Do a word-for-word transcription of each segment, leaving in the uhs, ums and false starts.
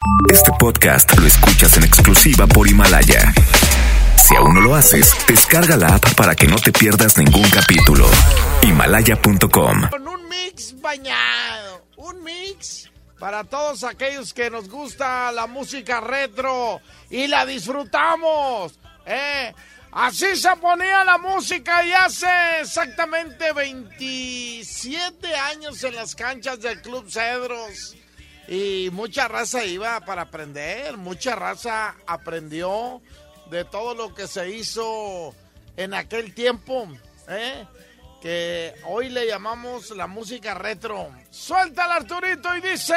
Este podcast lo escuchas en exclusiva por Himalaya. Si aún no lo haces, descarga la app para que no te pierdas ningún capítulo. Himalaya punto com. Con un mix bañado, un mix para todos aquellos que nos gusta la música retro y la disfrutamos, ¿eh? Así se ponía la música y hace exactamente veintisiete años en las canchas del Club Cedros. Y mucha raza iba para aprender, mucha raza aprendió de todo lo que se hizo en aquel tiempo, ¿eh? Que hoy le llamamos la música retro. Suéltala, Arturito, y dice...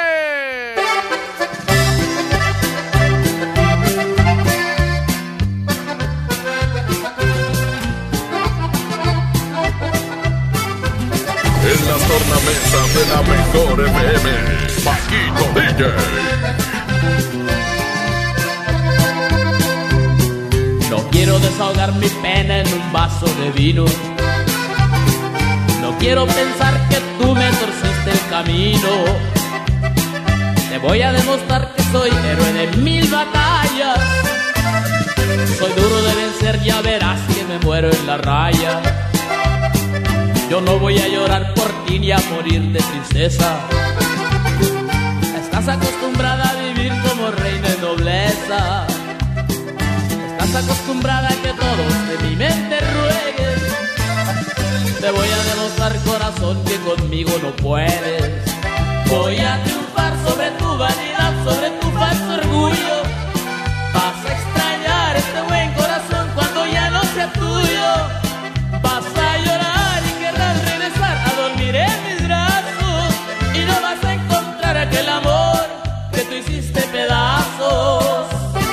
En las tornamesas de la mejor F M, Paquito D J. No quiero desahogar mi pena en un vaso de vino. No quiero pensar que tú me torciste el camino. Te voy a demostrar que soy héroe de mil batallas. Soy duro de vencer, ya verás que me muero en la raya. Yo no voy a llorar por ti ni a morir de tristeza. Estás acostumbrada a vivir como reina de nobleza. Estás acostumbrada a que todos de mi mente rueguen. Te voy a demostrar, corazón, que conmigo no puedes. Voy a triunfar sobre tu vanidad, sobre tu falso orgullo. Vas a extrañar este buen corazón cuando ya no sea tuyo. Vas a llorar y querrás regresar a dormir en mis brazos. Y no vas a encontrar aquel amor que tú hiciste pedazos.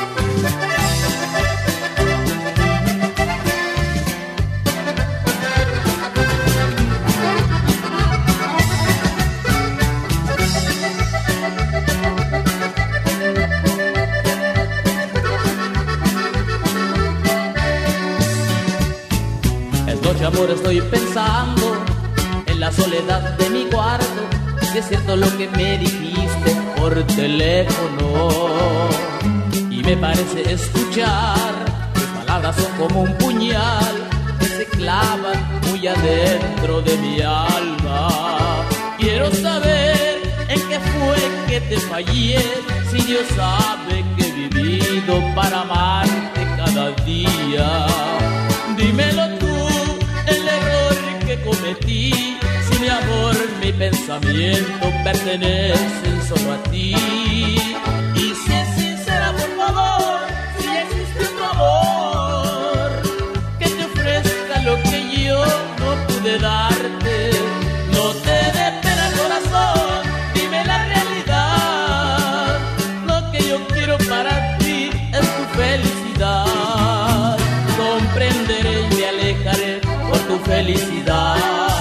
Amor, estoy pensando en la soledad de mi cuarto. Si es cierto lo que me dijiste por teléfono. Y me parece escuchar tus palabras son como un puñal que se clavan muy adentro de mi alma. Quiero saber en qué fue que te fallé. Si Dios sabe que he vivido para amarte cada día. Dímelo tú, el error que cometí, si mi amor, mi pensamiento pertenecen solo a ti. Y sé sincera, por favor, si existe otro amor que te ofrezca lo que yo no pude darte. No te dé pena, corazón, dime la realidad. Lo que yo quiero para ti es tu felicidad. Comprenderé y me alejaré por tu felicidad.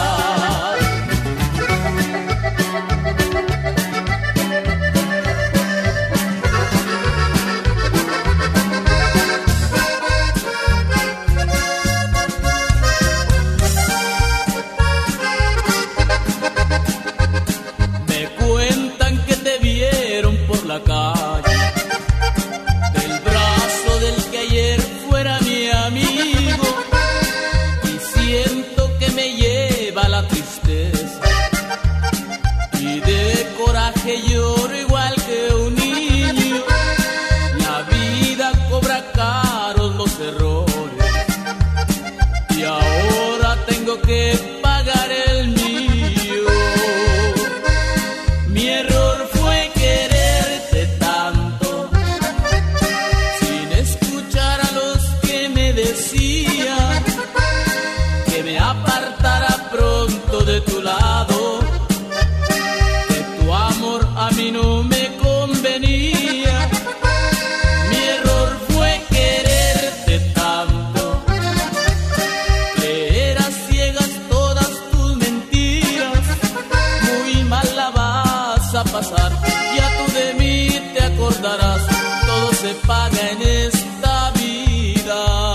Me cuentan que te vieron por la calle, del brazo del que ayer fuera mi amigo. Siento que me lleva la tristeza y de coraje lloro igual que un niño. La vida cobra caros los errores y ahora tengo que pagar el mío. Mi error fue quererte tanto sin escuchar a los que me decían que me apartara pronto de tu lado, que tu amor a mí no me convenía. Mi error fue quererte tanto, creer a ciegas todas tus mentiras. Muy mal la vas a pasar, ya tú de mí te acordarás. Todo se paga en esta vida.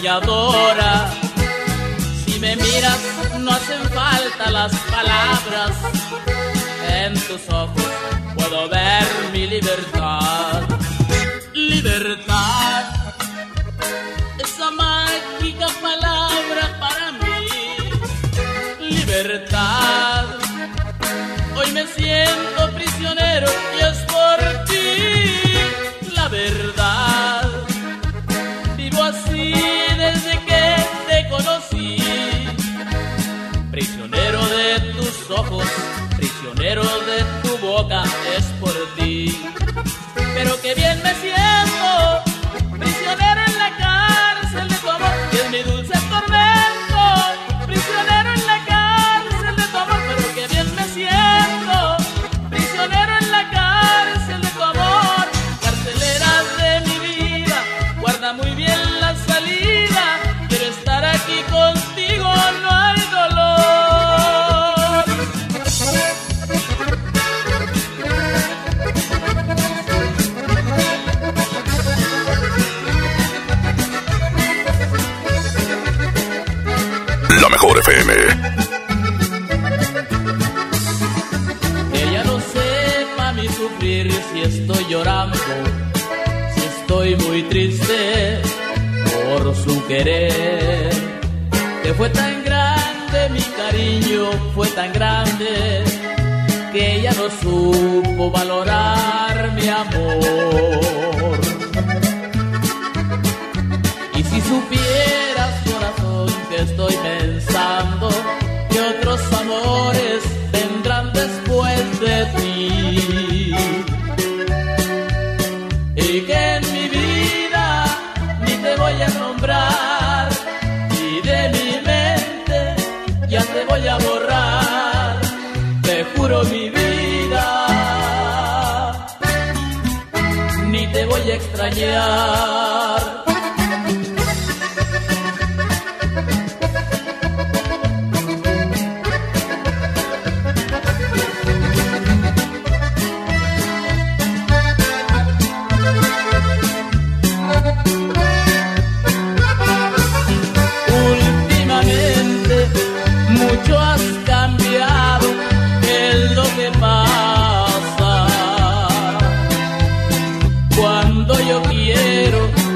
soñadora. Si me miras, no hacen falta las palabras. En tus ojos puedo ver mi libertad. Libertad, esa mágica palabra para mí. Libertad, hoy me siento prisionero y es por ti. La verdad, vivo así desde que te conocí. Prisionero de tus ojos, prisionero de tu boca, es por ti. Pero qué bien me siento, prisionero en la cárcel de tu amor, que es mi dulce tormento. Prisionero en la cárcel de tu amor, pero qué bien me siento, prisionero en la cárcel de tu amor. Carcelera de mi vida, guarda muy bien la salida. Quiero estar aquí contigo, no hay dolor. La mejor F M. Que ella no sepa mi sufrir si estoy llorando, si estoy muy triste por su querer. Que fue tan grande mi cariño, fue tan grande, que ella no supo valorar mi amor. Y si supieras, corazón, que estoy pensando que otros amores vendrán después de ti, y que en mi vida ni te voy a nombrar, y de mi mente ya te voy a borrar. Te juro mi vida, ni te voy a extrañar. Mucho has cambiado, es lo que pasa. Cuando yo quiero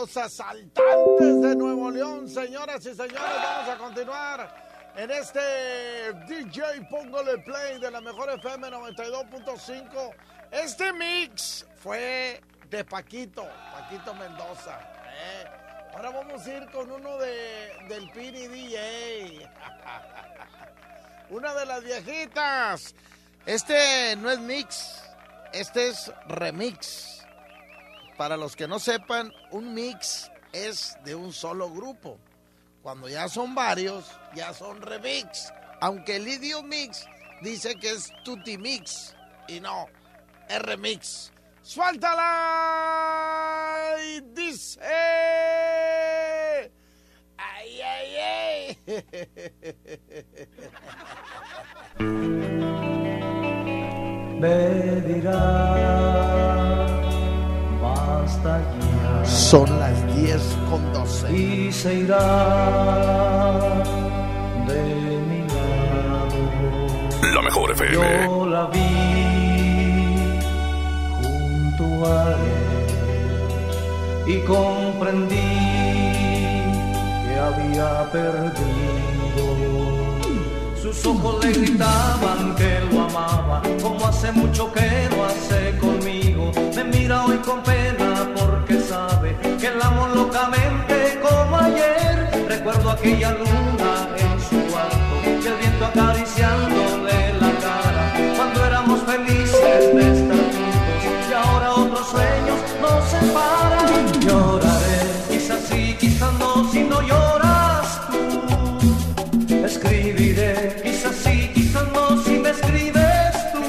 los asaltantes de Nuevo León. Señoras y señores, vamos a continuar en este D J Póngale Play de la mejor F M noventa y dos punto cinco. Este mix fue de Paquito, Paquito Mendoza. ¿eh? Ahora vamos a ir con uno de, del Pini D J. Una de las viejitas. Este no es mix, este es remix. Para los que no sepan, un mix es de un solo grupo. Cuando ya son varios, ya son remix. Aunque el idioma mix dice que es tutti mix. Y no, es remix. ¡Suéltala! Y dice... ¡Ay, ay, ay! Me dirá, basta ya. Son las diez con doce. Y se irá de mi lado. La mejor F M. Yo la vi junto a él y comprendí que había perdido. Sus ojos le gritaban que lo amaba, como hace mucho que lo hace conmigo. Me mira hoy con pena porque sabe que la amo locamente como ayer. Recuerdo aquella luna en su cuarto y el viento acariciándole la cara, cuando éramos felices de estar juntos, y ahora otros sueños nos separan. Lloraré, quizás sí, quizás no, si no lloras tú. Escribiré, quizás sí, quizás no, si me escribes tú.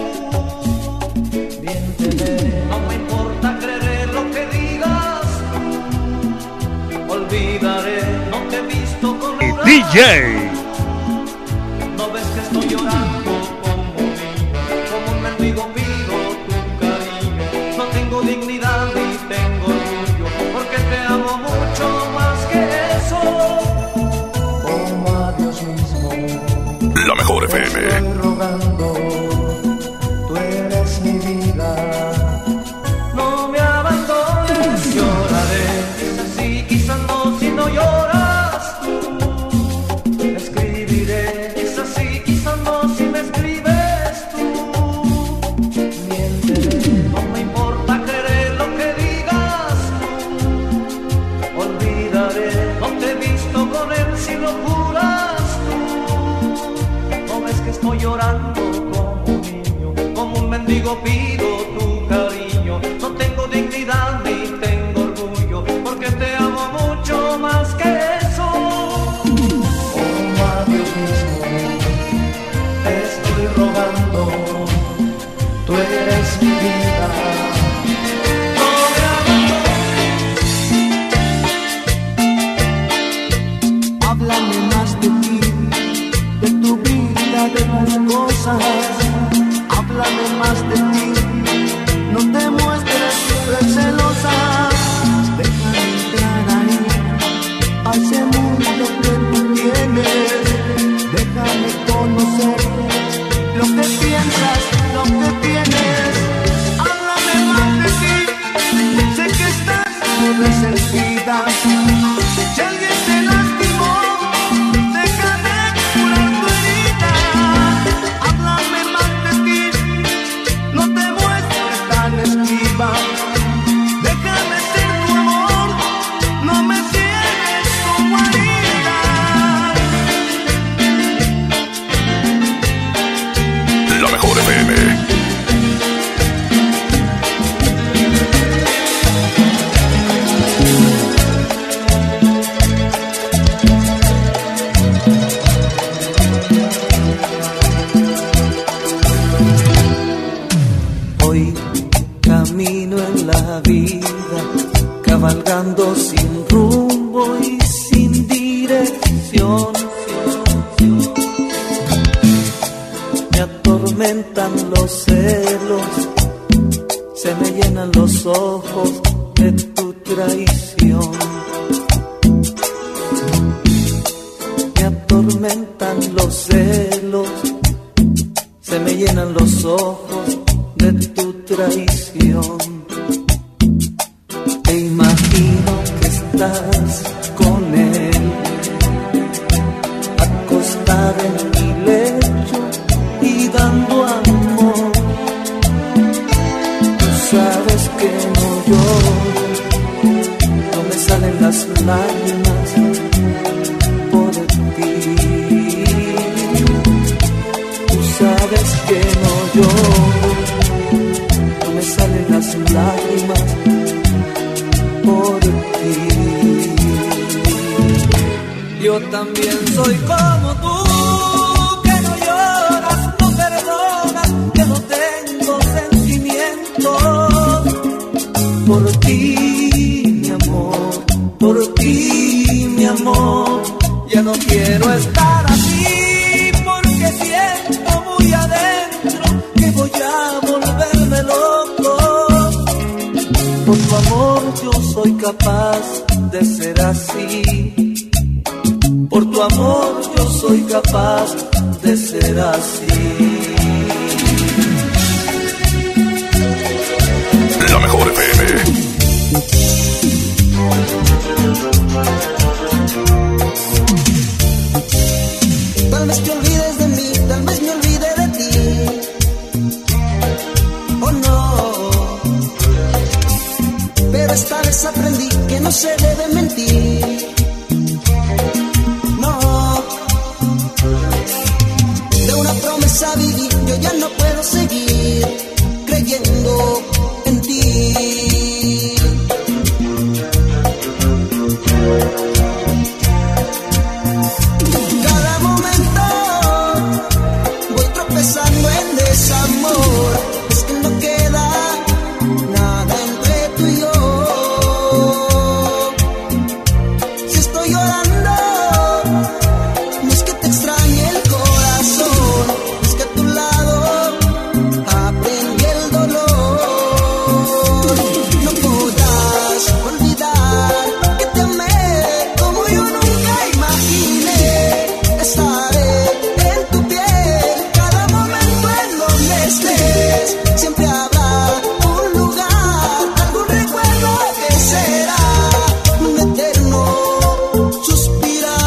Miénteme, no me importa, creeré lo que digas tú. Olvidaré, no te he visto con una... D J. No ves que estoy llorando como niño, como un mendigo pido tu cariño. No tengo dignidad ni tengo orgullo, porque te amo mucho más que eso. Como a Dios mismo, La mejor F M. te estoy rogando, tú eres mi vida, no me abandones. Lloraré, quizás sí, quizás no, si no lloras tú. Escribiré, quizás sí, quizás no, si me escribes tú. Miénteme, no me importa creer lo que digas tú. Olvidaré, no te he visto con él si lo juras tú. No ves que estoy llorando como un niño, como un mendigo pido tu cariño. No tengo dignidad ni tengo orgullo, porque te amo mucho más que eso. Como a Dios mismo, te estoy rogando, tú eres mi vida. No me abandones. Háblame más de ti, de tu vida, de tus cosas. Háblame más de ti, no te muestres celosa. Déjame entrar ahí, a ese mundo que tú tienes. Déjame conocer lo que piensas, lo que tienes. Háblame más de ti, sé que estás muy resentida. Si alguien te lastimó, déjame curar tu herida. Háblame más de ti, no te muestres tan esquiva. Déjame ser tu amor, no me cierres como herida. La mejor F M. Hoy camino en la vida, cabalgando sin rumbo y sin dirección. Me atormentan los celos, se me llenan los ojos de tu traición. Me atormentan los celos, se me llenan los ojos de tu traición. Te imagino que estás solas con él, acostada en mi lecho y dando amor. Tú sabes que no lloro, no me salen las lágrimas por ti. Tú sabes que no lloro, no me salen las lágrimas por ti. Yo también soy como tú, que no lloras, no perdonas, que no tengo sentimientos por ti, mi amor, por ti, mi amor. Ya no quiero estar así porque siento muy adentro que voy a volverme loco. Por tu amor yo soy capaz de ser así. Por tu amor yo soy capaz de ser así. La mejor F M. Tal vez te olvides de mí, tal vez me olvide de ti. Oh no. Pero esta vez aprendí que no se debe mentir. No. De una promesa viví, yo ya no puedo seguir creyendo en ti. Cada momento voy tropezando en desamor. Es que no queda nada entre tú y yo. Si estoy llorando, no es que te extrañe el corazón, es que a tu lado aprendí el dolor. No podrás olvidar que te amé como yo nunca imaginé. Estaré en tu piel cada momento en donde estés. Siempre habrá un lugar, algún recuerdo que será un eterno suspirar.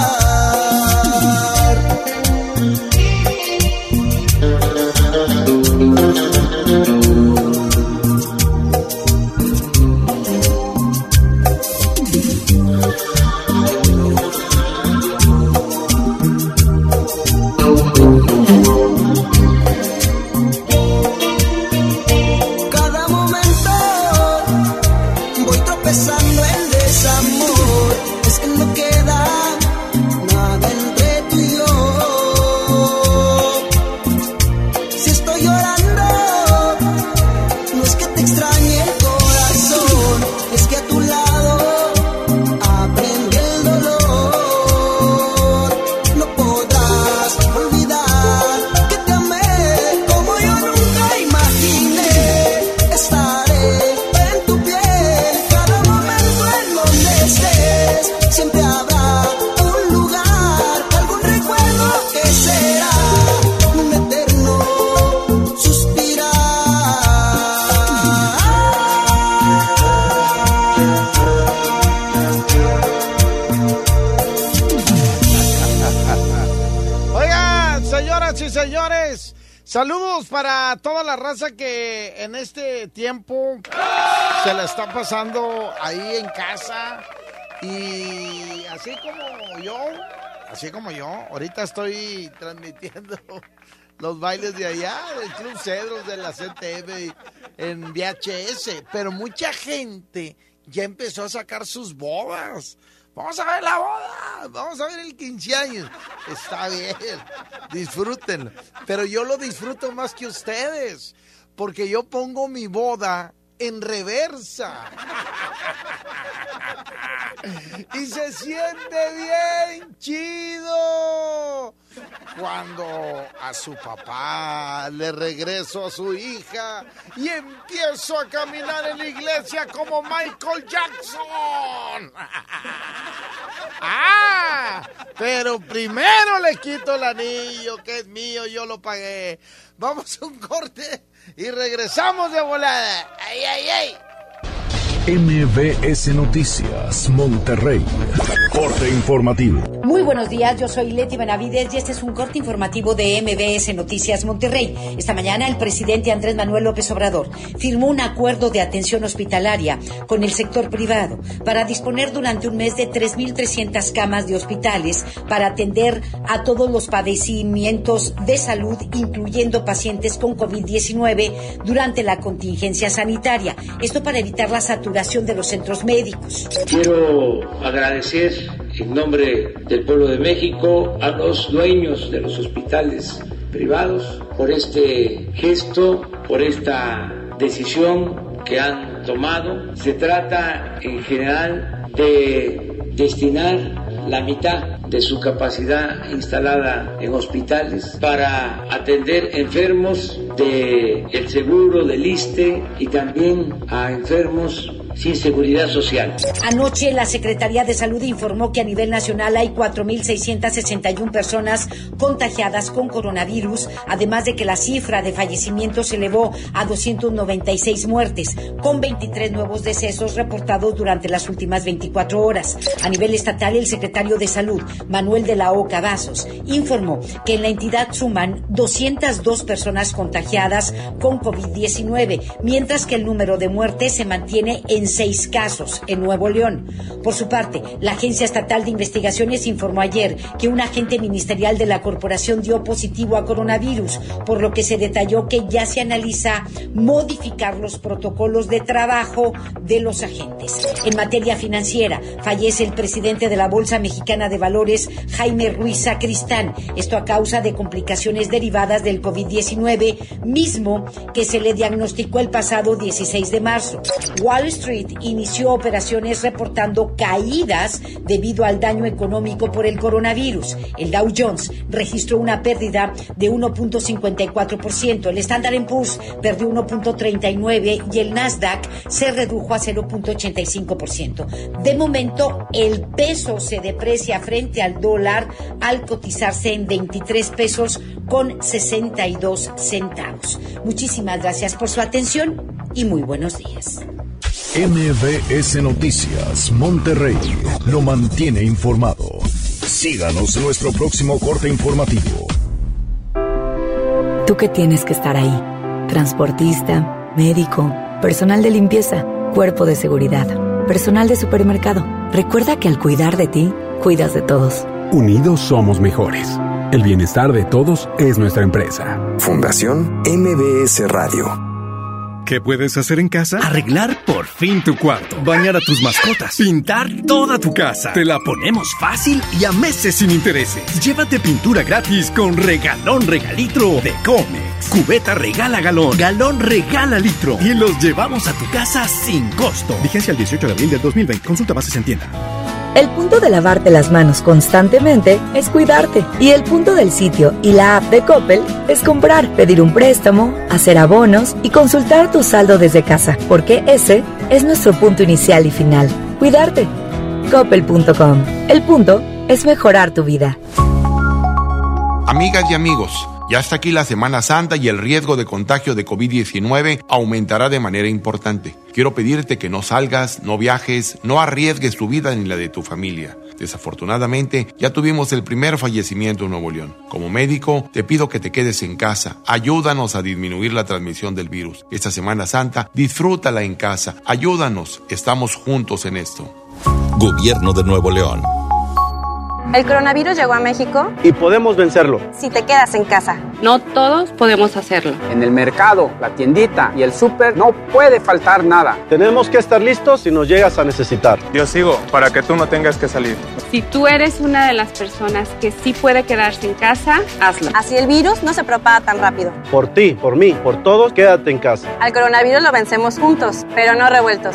Cada momento voy tropezando en desamor. Es que no queda nada entre tú y yo. Si estoy llorando, no es que te extrañe el corazón, es que a tu lado aprendí el dolor. No podrás olvidar que te amé como yo nunca imaginé. Estaré en tu piel cada momento en donde estés. Siempre habrá un lugar, algún recuerdo que será un eterno suspirar. Oigan, señoras y señores, saludos para toda la raza que en este tiempo se la está pasando ahí en casa. Y así como yo, así como yo, ahorita estoy transmitiendo los bailes de allá, del Club Cedros, de la C T V, en V H S. Pero mucha gente ya empezó a sacar sus bodas. Vamos a ver la boda, vamos a ver el quince años. Está bien, disfrútenlo. Pero yo lo disfruto más que ustedes, porque yo pongo mi boda en reversa. Y se siente bien chido cuando a su papá le regreso a su hija y empiezo a caminar en la iglesia como Michael Jackson. Ah, pero primero le quito el anillo que es mío, yo lo pagué. Vamos a un corte y regresamos de volada. ¡Ay, ay, ay! M V S Noticias, Monterrey. Corte informativo. Muy buenos días, yo soy Leti Benavides y este es un corte informativo de M V S Noticias Monterrey. Esta mañana el presidente Andrés Manuel López Obrador firmó un acuerdo de atención hospitalaria con el sector privado para disponer durante un mes de tres mil trescientas camas de hospitales para atender a todos los padecimientos de salud, incluyendo pacientes con covid diecinueve durante la contingencia sanitaria. Esto para evitar la saturación de los centros médicos. Quiero agradecer en nombre del pueblo de México a los dueños de los hospitales privados por este gesto, por esta decisión que han tomado. Se trata en general de destinar la mitad de su capacidad instalada en hospitales para atender enfermos del seguro, del I S S S T E y también a enfermos sin seguridad social. Anoche la Secretaría de Salud informó que a nivel nacional hay cuatro mil seiscientas sesenta y una personas contagiadas con coronavirus, además de que la cifra de fallecimientos se elevó a doscientas noventa y seis muertes, con veintitrés nuevos decesos reportados durante las últimas veinticuatro horas. A nivel estatal, el secretario de Salud, Manuel de la O. Cavazos, informó que en la entidad suman doscientas dos personas contagiadas con covid diecinueve, mientras que el número de muertes se mantiene en seis casos en Nuevo León. Por su parte, la Agencia Estatal de Investigaciones informó ayer que un agente ministerial de la corporación dio positivo a coronavirus, por lo que se detalló que ya se analiza modificar los protocolos de trabajo de los agentes. En materia financiera, fallece el presidente de la Bolsa Mexicana de Valores, Jaime Ruiz Sacristán, esto a causa de complicaciones derivadas del covid diecinueve, mismo que se le diagnosticó el pasado dieciséis de marzo. Wall Street inició operaciones reportando caídas debido al daño económico por el coronavirus. El Dow Jones registró una pérdida de uno punto cincuenta y cuatro por ciento, el Standard and Poor's perdió uno punto treinta y nueve por ciento y el Nasdaq se redujo a cero punto ochenta y cinco por ciento. De momento, el peso se deprecia frente al dólar al cotizarse en veintitrés pesos con sesenta y dos centavos. Muchísimas gracias por su atención y muy buenos días. M V S Noticias Monterrey lo mantiene informado. Síganos en nuestro próximo corte informativo. Tú que tienes que estar ahí. Transportista, médico, personal de limpieza, cuerpo de seguridad, personal de supermercado. Recuerda que al cuidar de ti, cuidas de todos. Unidos somos mejores. El bienestar de todos es nuestra empresa. Fundación M V S Radio. ¿Qué puedes hacer en casa? Arreglar por fin tu cuarto, bañar a tus mascotas, pintar toda tu casa. Te la ponemos fácil y a meses sin intereses. Llévate pintura gratis con regalón regalitro de Comex. Cubeta regala galón, galón regala litro y los llevamos a tu casa sin costo. Vigencia el dieciocho de abril del dos mil veinte. Consulta bases en tienda. El punto de lavarte las manos constantemente es cuidarte. Y el punto del sitio y la app de Coppel es comprar, pedir un préstamo, hacer abonos y consultar tu saldo desde casa. Porque ese es nuestro punto inicial y final. Cuidarte. Coppel punto com. El punto es mejorar tu vida. Amigas y amigos, ya está aquí la Semana Santa y el riesgo de contagio de covid diecinueve aumentará de manera importante. Quiero pedirte que no salgas, no viajes, no arriesgues tu vida ni la de tu familia. Desafortunadamente, ya tuvimos el primer fallecimiento en Nuevo León. Como médico, te pido que te quedes en casa. Ayúdanos a disminuir la transmisión del virus. Esta Semana Santa, disfrútala en casa. Ayúdanos, estamos juntos en esto. Gobierno de Nuevo León. El coronavirus llegó a México y podemos vencerlo si te quedas en casa. No todos podemos hacerlo. En el mercado, la tiendita y el súper no puede faltar nada. Tenemos que estar listos si nos llegas a necesitar. Yo sigo para que tú no tengas que salir. Si tú eres una de las personas que sí puede quedarse en casa, hazlo. Así el virus no se propaga tan rápido. Por ti, por mí, por todos, quédate en casa. Al coronavirus lo vencemos juntos, pero no revueltos.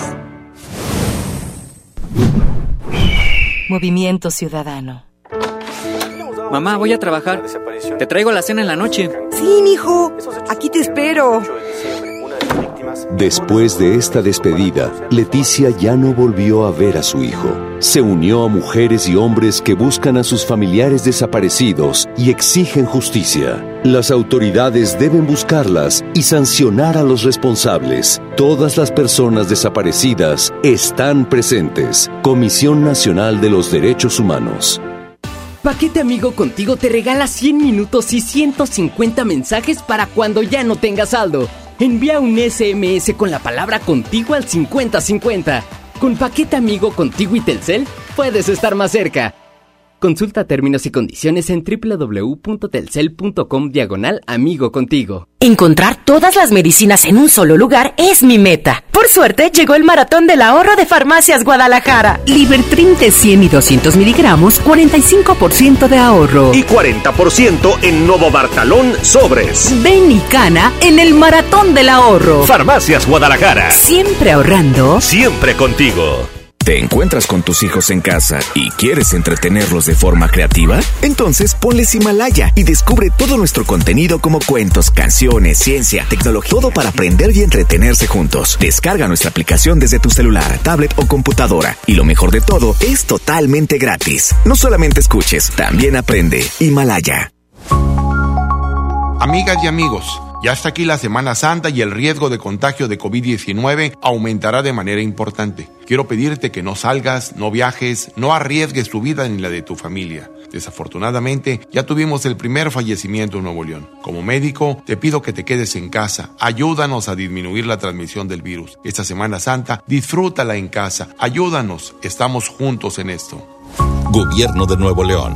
Movimiento Ciudadano. Mamá, voy a trabajar. Te traigo la cena en la noche. Sí, mijo. Aquí te espero. Después de esta despedida, Leticia ya no volvió a ver a su hijo. Se unió a mujeres y hombres que buscan a sus familiares desaparecidos y exigen justicia. Las autoridades deben buscarlas y sancionar a los responsables. Todas las personas desaparecidas están presentes. Comisión Nacional de los Derechos Humanos. Paquete Amigo Contigo te regala cien minutos y ciento cincuenta mensajes para cuando ya no tengas saldo. Envía un ese eme ese con la palabra contigo al cincuenta cincuenta. Con Paquete Amigo Contigo y Telcel, puedes estar más cerca. Consulta términos y condiciones en doble u doble u doble u punto telcel punto com diagonal amigo contigo. Encontrar todas las medicinas en un solo lugar es mi meta. Por suerte, llegó el Maratón del Ahorro de Farmacias Guadalajara. Libertrin de cien y doscientos miligramos, cuarenta y cinco por ciento de ahorro. Y cuarenta por ciento en Novobartalón sobres. Ven y cana en el Maratón del Ahorro. Farmacias Guadalajara. Siempre ahorrando. Siempre contigo. ¿Te encuentras con tus hijos en casa y quieres entretenerlos de forma creativa? Entonces ponles Himalaya y descubre todo nuestro contenido como cuentos, canciones, ciencia, tecnología, todo para aprender y entretenerse juntos. Descarga nuestra aplicación desde tu celular, tablet o computadora. Y lo mejor de todo, es totalmente gratis. No solamente escuches, también aprende. Himalaya. Amigas y amigos, ya está aquí la Semana Santa y el riesgo de contagio de covid diecinueve aumentará de manera importante. Quiero pedirte que no salgas, no viajes, no arriesgues tu vida ni la de tu familia. Desafortunadamente, ya tuvimos el primer fallecimiento en Nuevo León. Como médico, te pido que te quedes en casa. Ayúdanos a disminuir la transmisión del virus. Esta Semana Santa, disfrútala en casa. Ayúdanos, estamos juntos en esto. Gobierno de Nuevo León.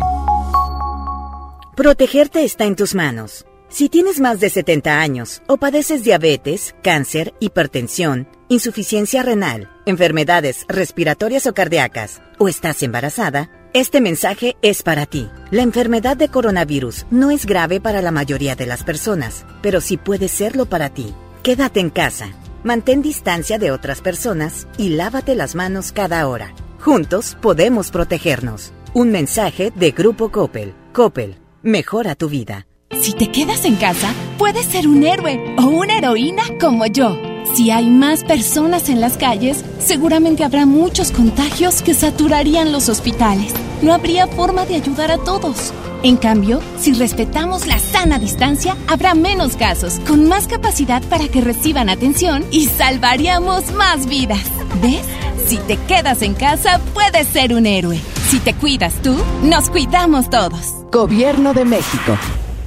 Protegerte está en tus manos. Si tienes más de setenta años o padeces diabetes, cáncer, hipertensión, insuficiencia renal, enfermedades respiratorias o cardíacas, o estás embarazada, este mensaje es para ti. La enfermedad de coronavirus no es grave para la mayoría de las personas, pero sí puede serlo para ti. Quédate en casa, mantén distancia de otras personas y lávate las manos cada hora. Juntos podemos protegernos. Un mensaje de Grupo Coppel. Coppel, mejora tu vida. Si te quedas en casa, puedes ser un héroe o una heroína como yo. Si hay más personas en las calles, seguramente habrá muchos contagios que saturarían los hospitales. No habría forma de ayudar a todos. En cambio, si respetamos la sana distancia, habrá menos casos, con más capacidad para que reciban atención y salvaríamos más vidas. ¿Ves? Si te quedas en casa, puedes ser un héroe. Si te cuidas tú, nos cuidamos todos. Gobierno de México.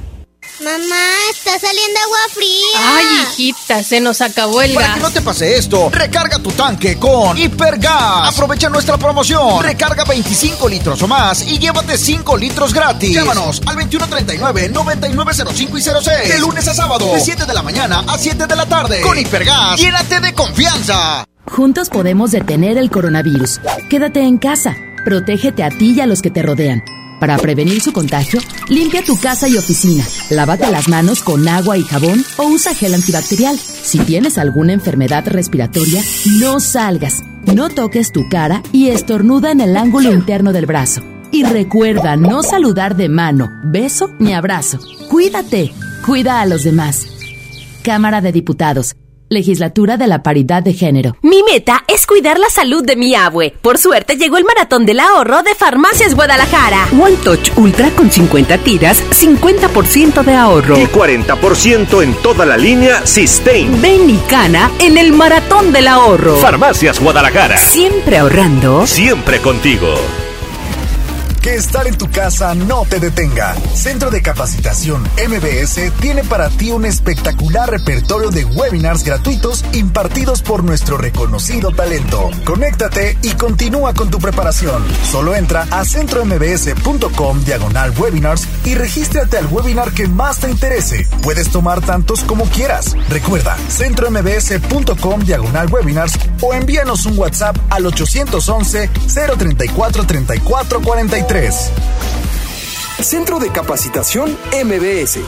Mamá, está saliendo agua fría. Ay, hijita, se nos acabó el Para gas. que no te pase esto, recarga tu tanque con Hipergas. Aprovecha nuestra promoción. Recarga veinticinco litros o más y llévate cinco litros gratis. Llámanos al veintiuno treinta y nueve, noventa y nueve cero cinco y cero seis. De lunes a sábado, de siete de la mañana a siete de la tarde. Con Hipergas, llénate de confianza. Juntos podemos detener el coronavirus. Quédate en casa. Protégete a ti y a los que te rodean. Para prevenir su contagio, limpia tu casa y oficina. Lávate las manos con agua y jabón o usa gel antibacterial. Si tienes alguna enfermedad respiratoria, no salgas. No toques tu cara y estornuda en el ángulo interno del brazo. Y recuerda no saludar de mano, beso ni abrazo. Cuídate. Cuida a los demás. Cámara de Diputados. Legislatura de la Paridad de Género. Mi meta es cuidar la salud de mi abue. Por suerte llegó el Maratón del Ahorro de Farmacias Guadalajara. One Touch Ultra con cincuenta tiras, cincuenta por ciento de ahorro. Y cuarenta por ciento en toda la línea Systane. Ven y cana en el Maratón del Ahorro. Farmacias Guadalajara. Siempre ahorrando. Siempre contigo. Que estar en tu casa no te detenga. Centro de Capacitación M B S tiene para ti un espectacular repertorio de webinars gratuitos impartidos por nuestro reconocido talento. Conéctate y continúa con tu preparación. Solo entra a centrombs.com diagonal webinars y regístrate al webinar que más te interese. Puedes tomar tantos como quieras. Recuerda, centrombs.com diagonal webinars o envíanos un WhatsApp al ochocientos once, cero treinta y cuatro, treinta y cuatro cuarenta y tres. Centro de Capacitación M B S.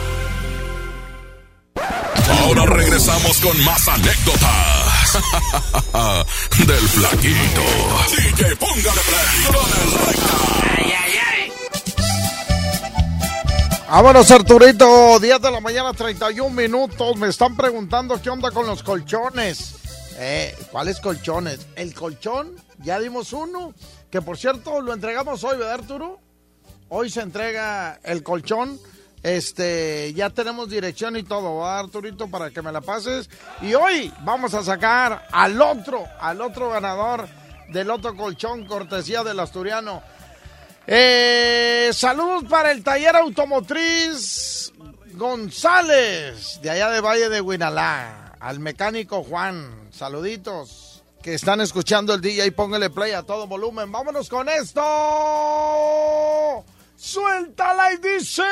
Ahora regresamos con más anécdotas del Flaquito. D J, póngale play con el recta. Ay, ay, ay. Vámonos, Arturito, diez de la mañana, treinta y un minutos. Me están preguntando qué onda con los colchones. Eh, ¿Cuáles colchones? El colchón, ya dimos uno, que por cierto lo entregamos hoy, ¿verdad, Arturo? Hoy se entrega el colchón. Este, ya tenemos dirección y todo, ¿verdad, Arturito? Para que me la pases. Y hoy vamos a sacar al otro, al otro ganador del otro colchón, cortesía del asturiano. Eh, saludos para el taller automotriz González, de allá de Valle de Huinalá, al mecánico Juan, saluditos, que están escuchando el D J, póngale play a todo volumen. Vámonos con esto, suéltala y dice...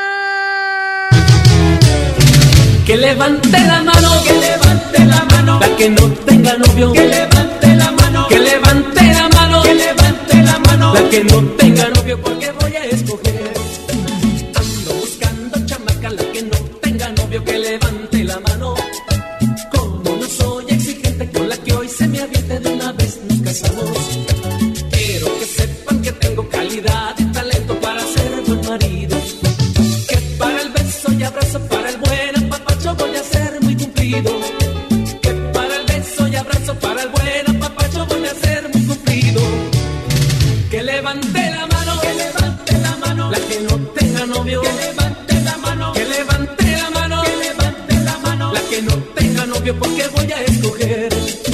Que levante la mano, que levante la mano, la que no tenga novio, que levante la mano, que levante la mano, que levante la mano, la que no tenga novio, porque voy a escoger. Ando buscando chamaca, la que no tenga novio, que levante la mano. Como no soy exigente, con la que hoy se me aviente, de una vez nos casamos. Quiero que sepan que tengo calidad y talento para ser buen marido. Que para el beso y abrazo, para el buen apapacho voy a ser muy cumplido. Que para el beso y abrazo, para el buen apapacho voy a ser muy cumplido. Que levante la mano, que levante la mano, la que no tenga novio. Que levante la mano, que levante la mano, que levante la mano, la que no tenga novio, porque voy a escoger.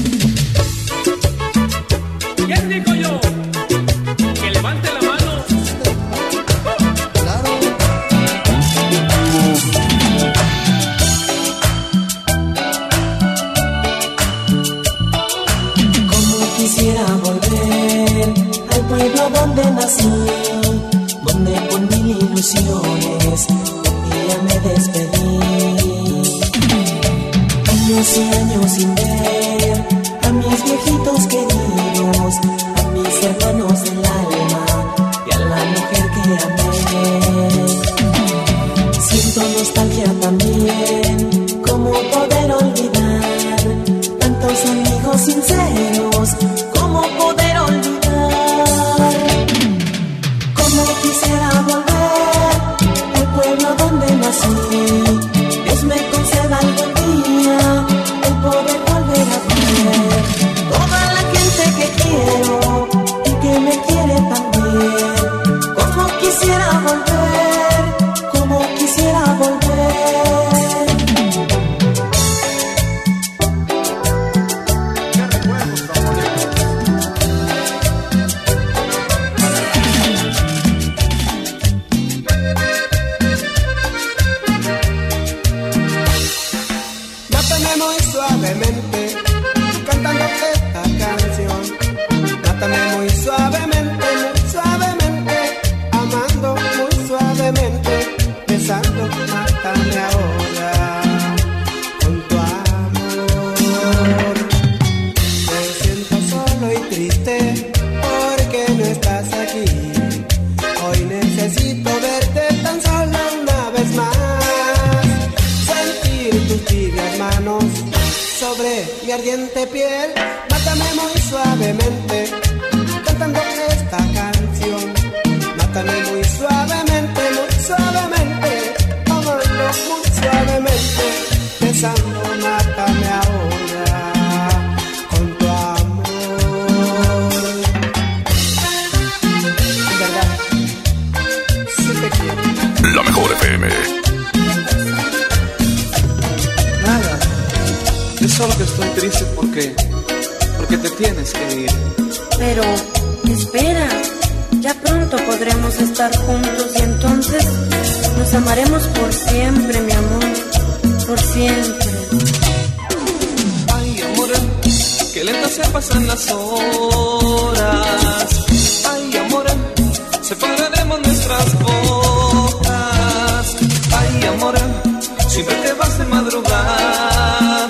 ¿Quién digo yo? Que levante la mano. Quisiera volver al pueblo donde nací, donde por mil ilusiones un día me despedí. Años y años sin ver a mis viejitos queridos, a mis hermanos del alma y a la mujer que amé. Siento nostalgia también, ¿cómo poder olvidar tantos amigos sinceros? ¿Cómo poder olvidar? ¿Cómo quisiera volver al pueblo donde nací? Dios me conceda algún día el poder volver a ver toda la gente que quiero y que me quiere también. ¿Cómo quisiera volver? ¿Cómo quisiera volver? Mi ardiente piel, mátame muy suavemente, cantando esta canción. Mátame muy suavemente, muy suavemente, amando muy suavemente, besando, mátame ahora con tu amor. En verdad, sí te quiero. La mejor F M. Solo que estoy triste porque, porque te tienes que ir. Pero, espera, ya pronto podremos estar juntos y entonces nos amaremos por siempre, mi amor, por siempre. Ay, amor, que lentas se pasan las horas. Ay, amor, separaremos nuestras bocas. Ay, amor, siempre te vas de madrugada.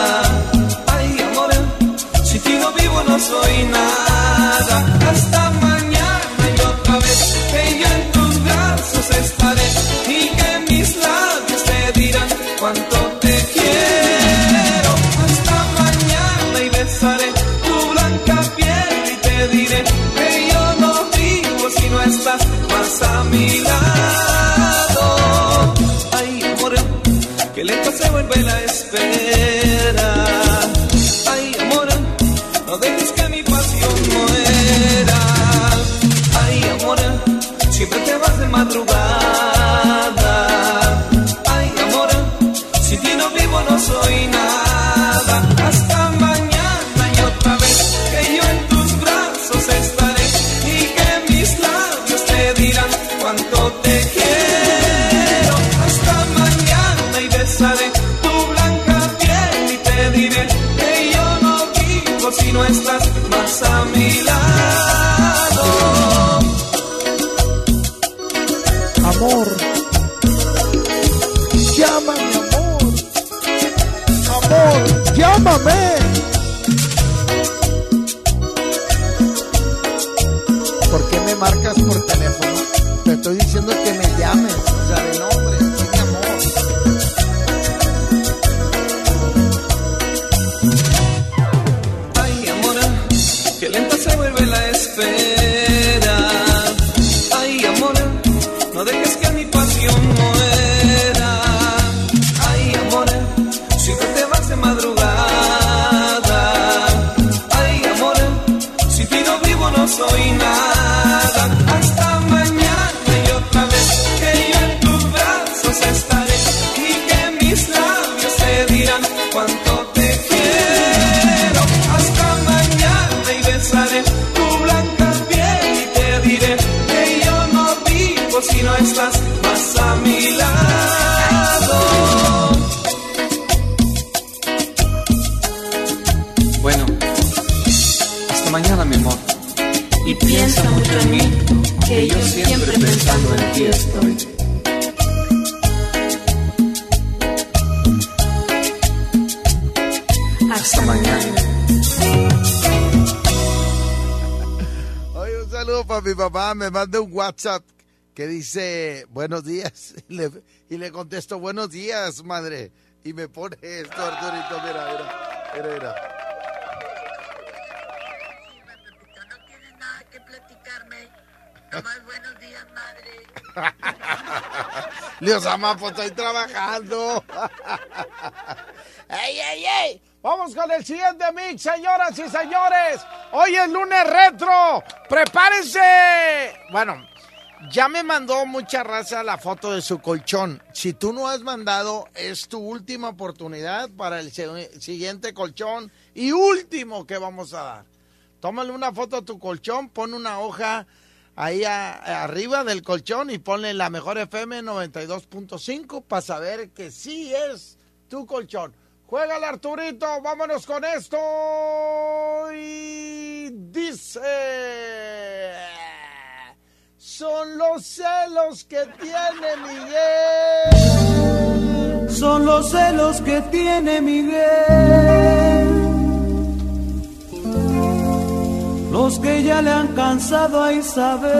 No soy nada, hasta mañana y otra vez que yo en tus brazos estaré y que mis labios te dirán cuánto te quiero. Hasta mañana y besaré tu blanca piel y te diré que yo no vivo si no estás más a mi lado. que lenta se vuelve la espera. Ay, amor, no dejes que mi pasión muera. Ay, amor, siempre te vas de madrugada. Ay, amor, sin ti no vivo, no soy nada. Hasta mañana y otra vez que yo en tus brazos estaré y que mis labios te dirán cuánto te quiero. Hasta mañana y besaré tu blanca piel y te diré que yo no vivo si no estás más a mi lado. Amor, llámame, amor. Amor, llámame. ¿Por qué me marcas por teléfono? Te estoy diciendo que me llames, o sea, de nombre, sí, mi amor. Ay, amor, que lenta se vuelve la espera. Ay, amor, no dejes que mi pasión muera. Ay, amor, siempre te vas de madrugada. Ay, amor, sin ti no vivo, no soy nada. Hasta mañana y otra vez que yo en tus brazos estaré y que mis labios te dirán cuánto te quiero. Hasta mañana y besaré tu blanca piel y te diré que yo no vivo si no estás más a mi lado. Bueno, hasta mañana, mi amor. Y piensa mucho en mí, que yo siempre pensando en ti estoy. Hasta mañana. Oye, un saludo para mi papá. Me manda un WhatsApp que dice buenos días. Y le, y le contesto buenos días, madre. Y me pone esto, Arturito. Mira, mira, mira, mira. Nomás buenos días, madre. Dios ama, pues estoy trabajando. ¡Ey, ey, ey! Vamos con el siguiente mix, señoras y señores. Hoy es lunes retro. ¡Prepárense! Bueno, ya me mandó mucha raza la foto de su colchón. Si tú no has mandado, es tu última oportunidad para el siguiente colchón y último que vamos a dar. Tómale una foto a tu colchón, pon una hoja ahí a, arriba del colchón y ponle la mejor F M noventa y dos punto cinco para saber que sí es tu colchón. Juégale, Arturito, vámonos con esto. Y dice: son los celos que tiene Miguel. Son los celos que tiene Miguel, los que ya le han cansado a Isabel.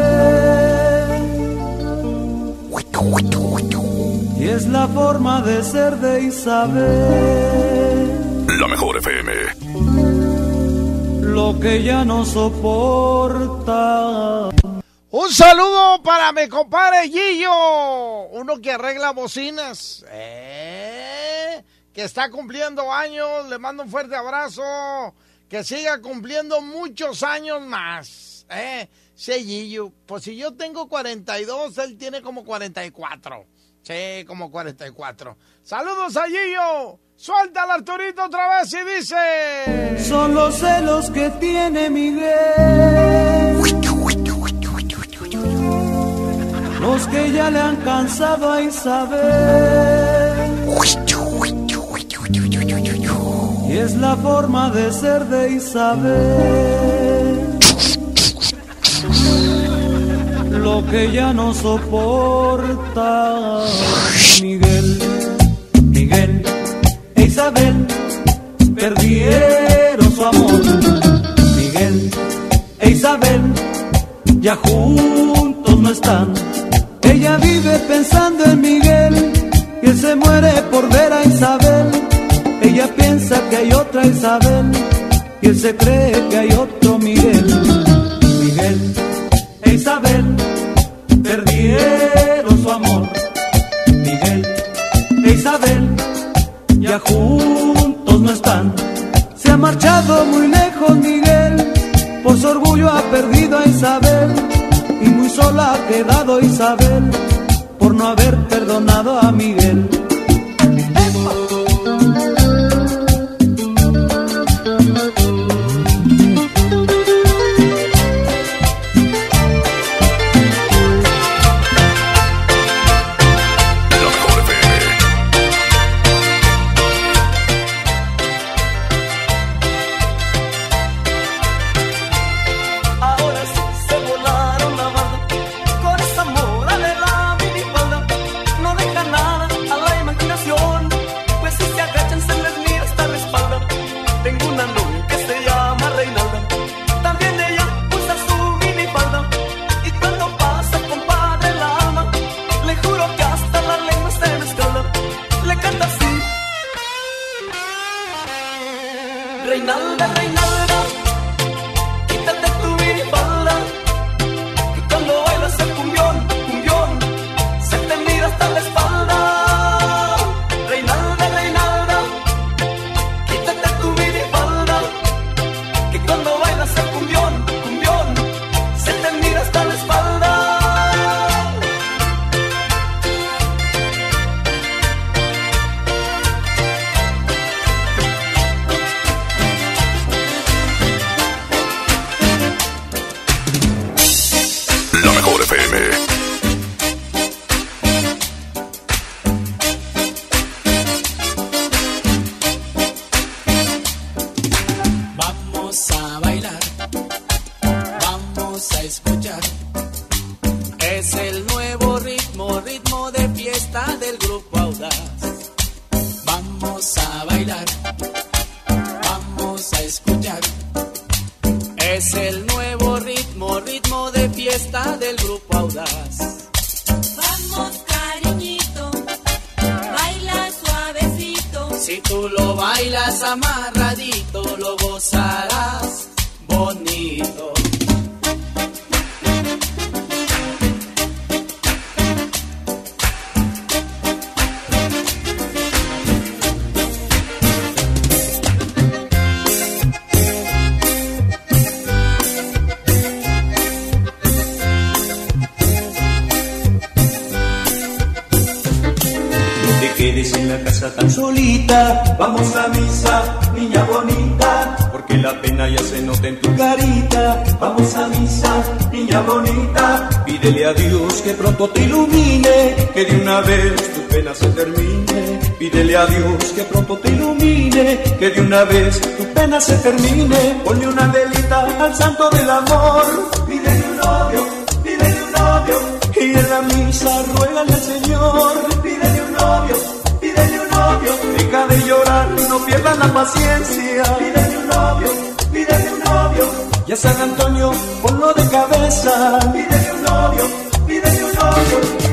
Y es la forma de ser de Isabel, La mejor F M, lo que ya no soporta. Un saludo para mi compadre Gillo, uno que arregla bocinas, ¿eh? Que está cumpliendo años. Le mando un fuerte abrazo. Que siga cumpliendo muchos años más, ¿eh? Sí, Gillo. Pues si yo tengo cuarenta y dos, él tiene como cuarenta y cuatro. Sí, como cuarenta y cuatro. Saludos a Gillo. Suelta al Arturito otra vez y dice: son los celos que tiene Miguel, los que ya le han cansado a Isabel. Y es la forma de ser de Isabel, lo que ya no soporta. Miguel, Miguel e Isabel perdieron su amor. Miguel e Isabel ya juntos no están. Ella vive pensando en Miguel y él se muere por ver a Isabel. Ella piensa que hay otra Isabel y él se cree que hay otro Miguel. Miguel e Isabel perdieron su amor. Miguel e Isabel sola ha quedado Isabel por no haber perdonado a Miguel. Vamos a misa, niña bonita, porque la pena ya se nota en tu carita. Vamos a misa, niña bonita, pídele a Dios que pronto te ilumine, que de una vez tu pena se termine. Pídele a Dios que pronto te ilumine, que de una vez tu pena se termine. Ponle una velita al santo del amor, pídele un novio, pídele un novio, y en la misa ruégale al Señor, pídele un novio, pídele un novio, deja de llorar, no pierdas la paciencia. Pídele un novio, pídele un novio, y a San Antonio ponlo de cabeza. Pídele un novio, pídele un novio.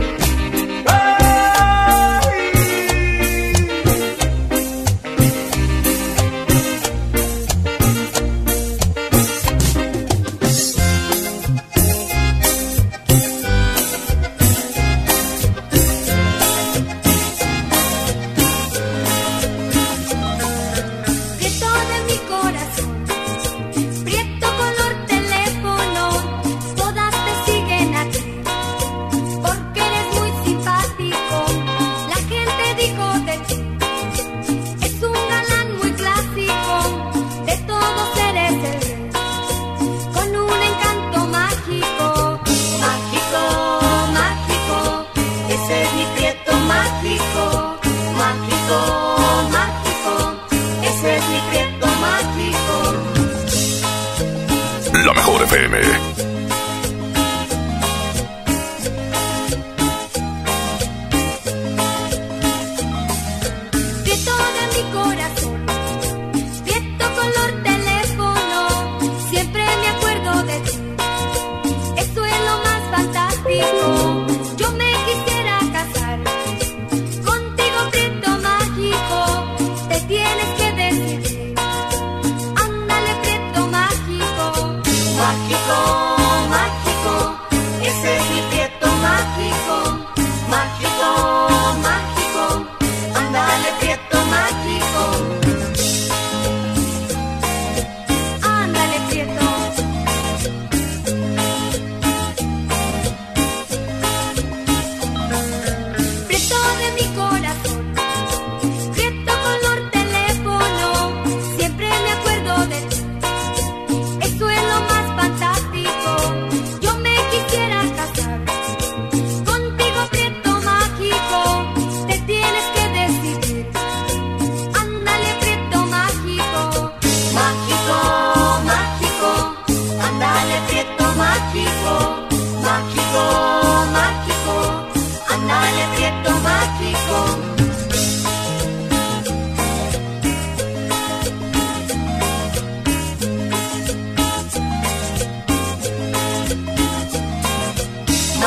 La Mejor F M.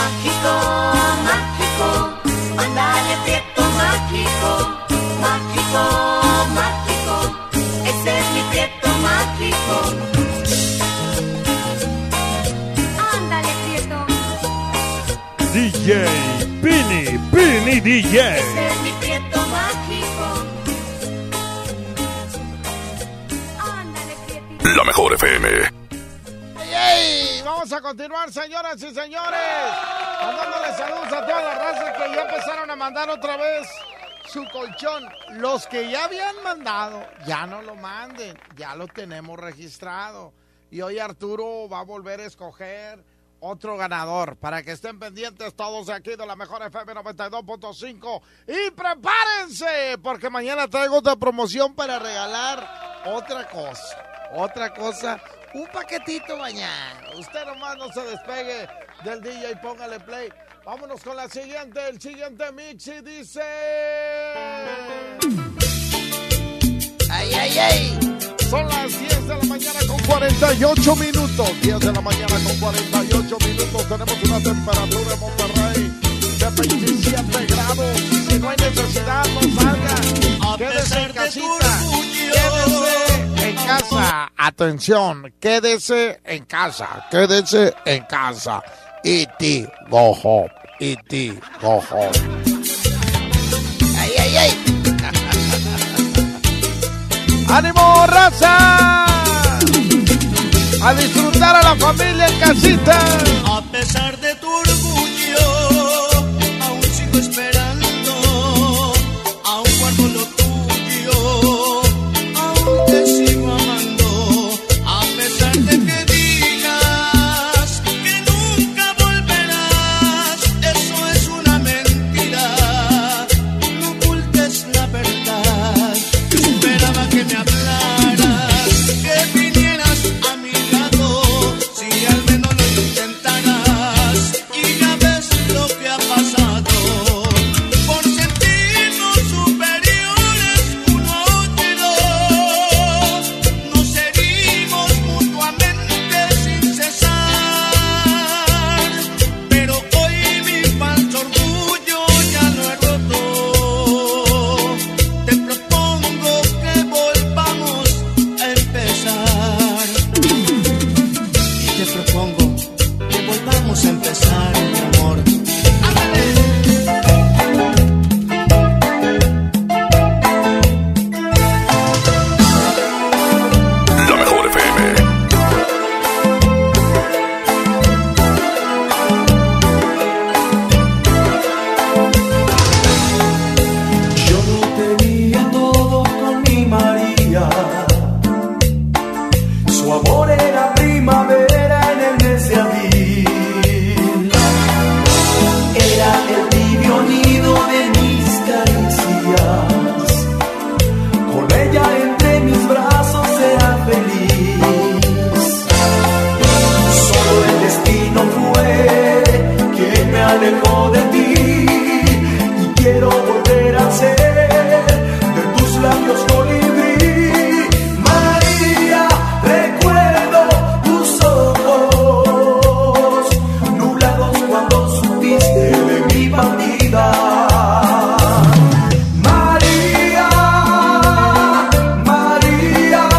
mágico, mágico, ándale Prieto mágico, mágico, mágico, ese es mi Prieto mágico. Ándale Prieto. D J Pini, Pini D J. Ese es mi Prieto mágico. Ándale Prieto. La mejor F M. ¡Ey! Vamos a continuar, señoras y señores, mandándole saludos a toda la raza que ya empezaron a mandar otra vez su colchón. Los que ya habían mandado, ya no lo manden, ya lo tenemos registrado. Y hoy Arturo va a volver a escoger otro ganador, para que estén pendientes todos aquí de la mejor F M noventa y dos punto cinco. Y prepárense, porque mañana traigo otra promoción para regalar otra cosa. Otra cosa, un paquetito mañana. Usted nomás no se despegue del D J y póngale play. Vámonos con la siguiente, el siguiente mix y dice... ¡Ay, ay, ay! Son las diez de la mañana con cuarenta y ocho minutos. diez de la mañana con cuarenta y ocho minutos. Tenemos una temperatura en Monterrey de veintisiete grados. Si no hay necesidad, no salga. Quédese en casita. Quédese en casa. Atención, quédese en casa. Quédese en casa. E T go home. E T go home. ¡Ay, ay, ay! ¡Ánimo, raza! A disfrutar a la familia en casita. A pesar de tu orgullo, aún sigo esperando. Aún guardo lo tuyo, aún te sigo amando. A pesar de que digas que nunca volverás, eso es una mentira. No ocultes la verdad. Yo esperaba que me hablaras, que vinieras a mi lado, si al menos lo intentaras. Y ya ves lo que ha pasado. Por sentirnos superiores uno a otro, nos herimos mutuamente sin cesar. Pero hoy mi falso orgullo ya lo he roto. Te propongo que volvamos a empezar. Y te propongo que volvamos a empezar, mi amor. La mejor F M. Yo lo tenía todo con mi María. Su amor era primavera en el mes de abril. Era el tibio nido de mis caricias. Con ella entre mis brazos era feliz. Solo el destino fue quien me alejó de ti. Y quiero volver a ser de tus labios colibrí. María, recuerdo tus ojos nublados cuando supiste de mi partida. María, María,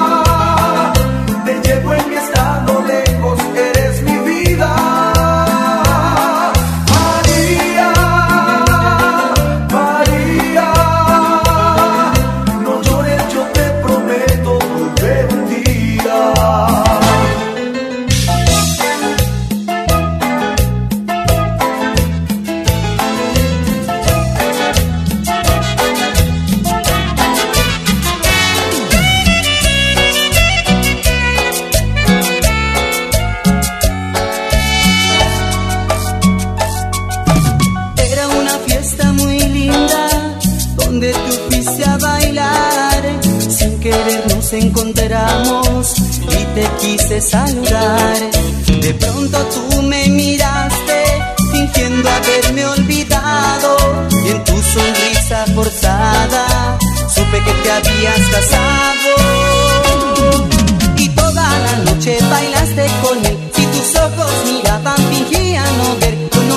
te llevo en mi estado lejos, eres mi vida. María, María, no llores, yo te prometo volver un día. Era una fiesta muy linda donde tú fuiste a bailar. Sin querer nos encontramos y te quise saludar. De pronto tú me miraste fingiendo haberme olvidado y en tu sonrisa forzada supe que te habías casado. Y toda la noche bailaste con él. Si tus ojos miraban fingían no ver, con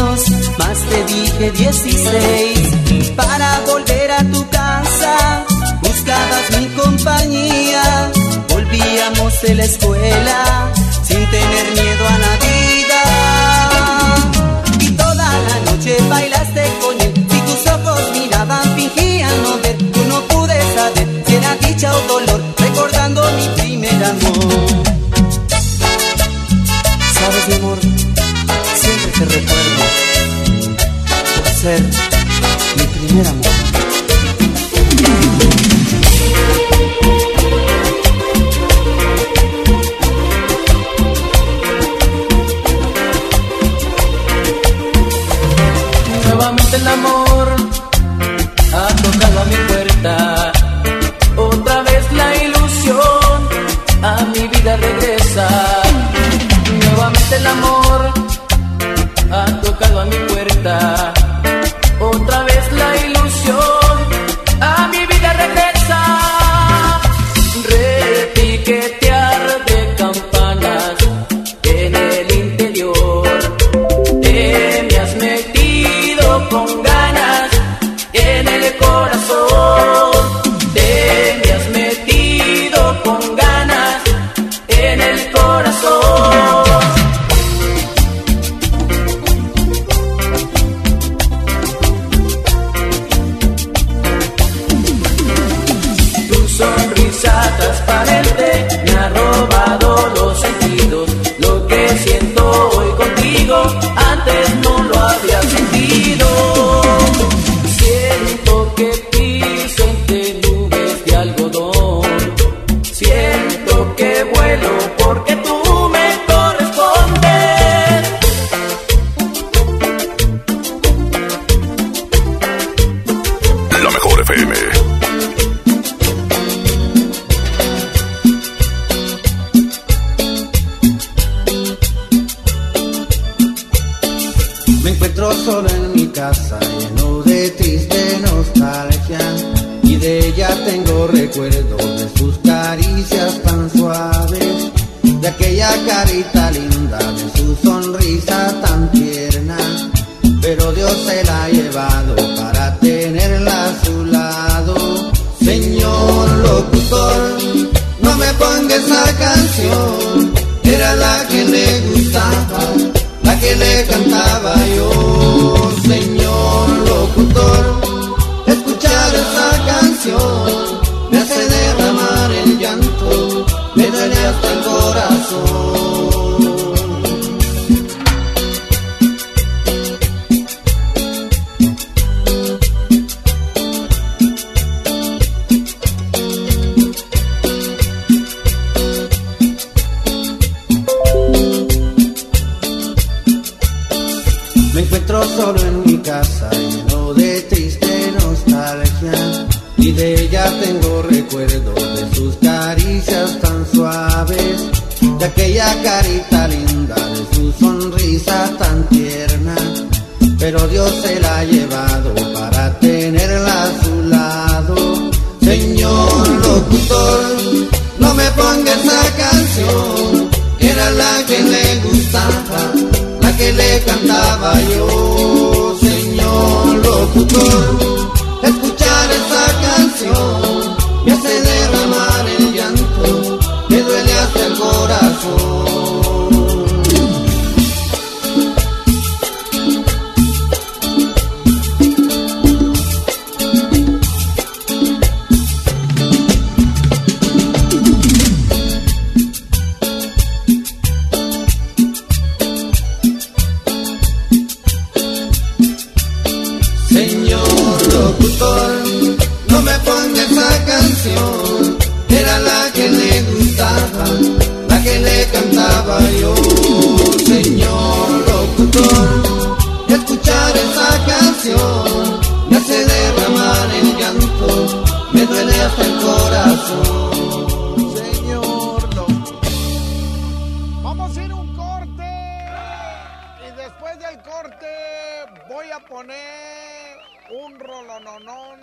años, más te dije dieciséis. Para volver a tu casa, buscabas mi compañía. Volvíamos de la escuela, sin tener miedo a la vida. Y toda la noche bailaste con él. Si tus ojos miraban, fingían no ver. Yo no pude saber si era dicha o dolor, recordando mi primer amor. Sabes, mi amor, siempre te recuerdo por ser mi primer amor. Nuevamente el amor ha tocado a mi puerta. Otra vez la ilusión a mi vida regresa. Nuevamente el amor ha tocado a mi puerta. Otra vez la ilusión a mi vida regresa. Repiquetear de campanas en el interior. Te me has metido con ganas en el corazón. Te me has metido con ganas en el corazón. Sonrisa transparente me ha robado los sentidos. Lo que siento hoy contigo antes no lo había sentido. Siento que piso entre nubes de algodón. Siento que vuelo porque tú me correspondes. La mejor F M. Solo en mi casa, lleno de triste nostalgia, y de ella tengo recuerdos de sus caricias tan suaves, de aquella carita linda, de su sonrisa tan tierna, pero Dios se la ha llevado para tenerla a su lado. Señor locutor, no me ponga esa canción, era la que le gustaba, la que le cantaba yo. Señor locutor, escuchar esa canción me hace derramar el llanto, me duele hasta el corazón. Me encuentro solo en mi casa, lleno de triste nostalgia, y de ella tengo recuerdos de sus caricias tan suaves, de aquella carita linda, de su sonrisa tan tierna, pero Dios se la ha llevado para tenerla a su lado. Señor locutor, no me ponga esa canción, era la que le gustaba, la que le cantaba yo. Señor locutor, escuchar esa canción me hace derramar el llanto, me duele hasta el corazón. No me ponga esa canción, era la que le gustaba, la que le cantaba yo. Señor locutor, escuchar esa canción me hace derramar el llanto, me duele hasta el corazón. Señor locutor, vamos a ir a un corte y después del corte voy a poner un rolononón.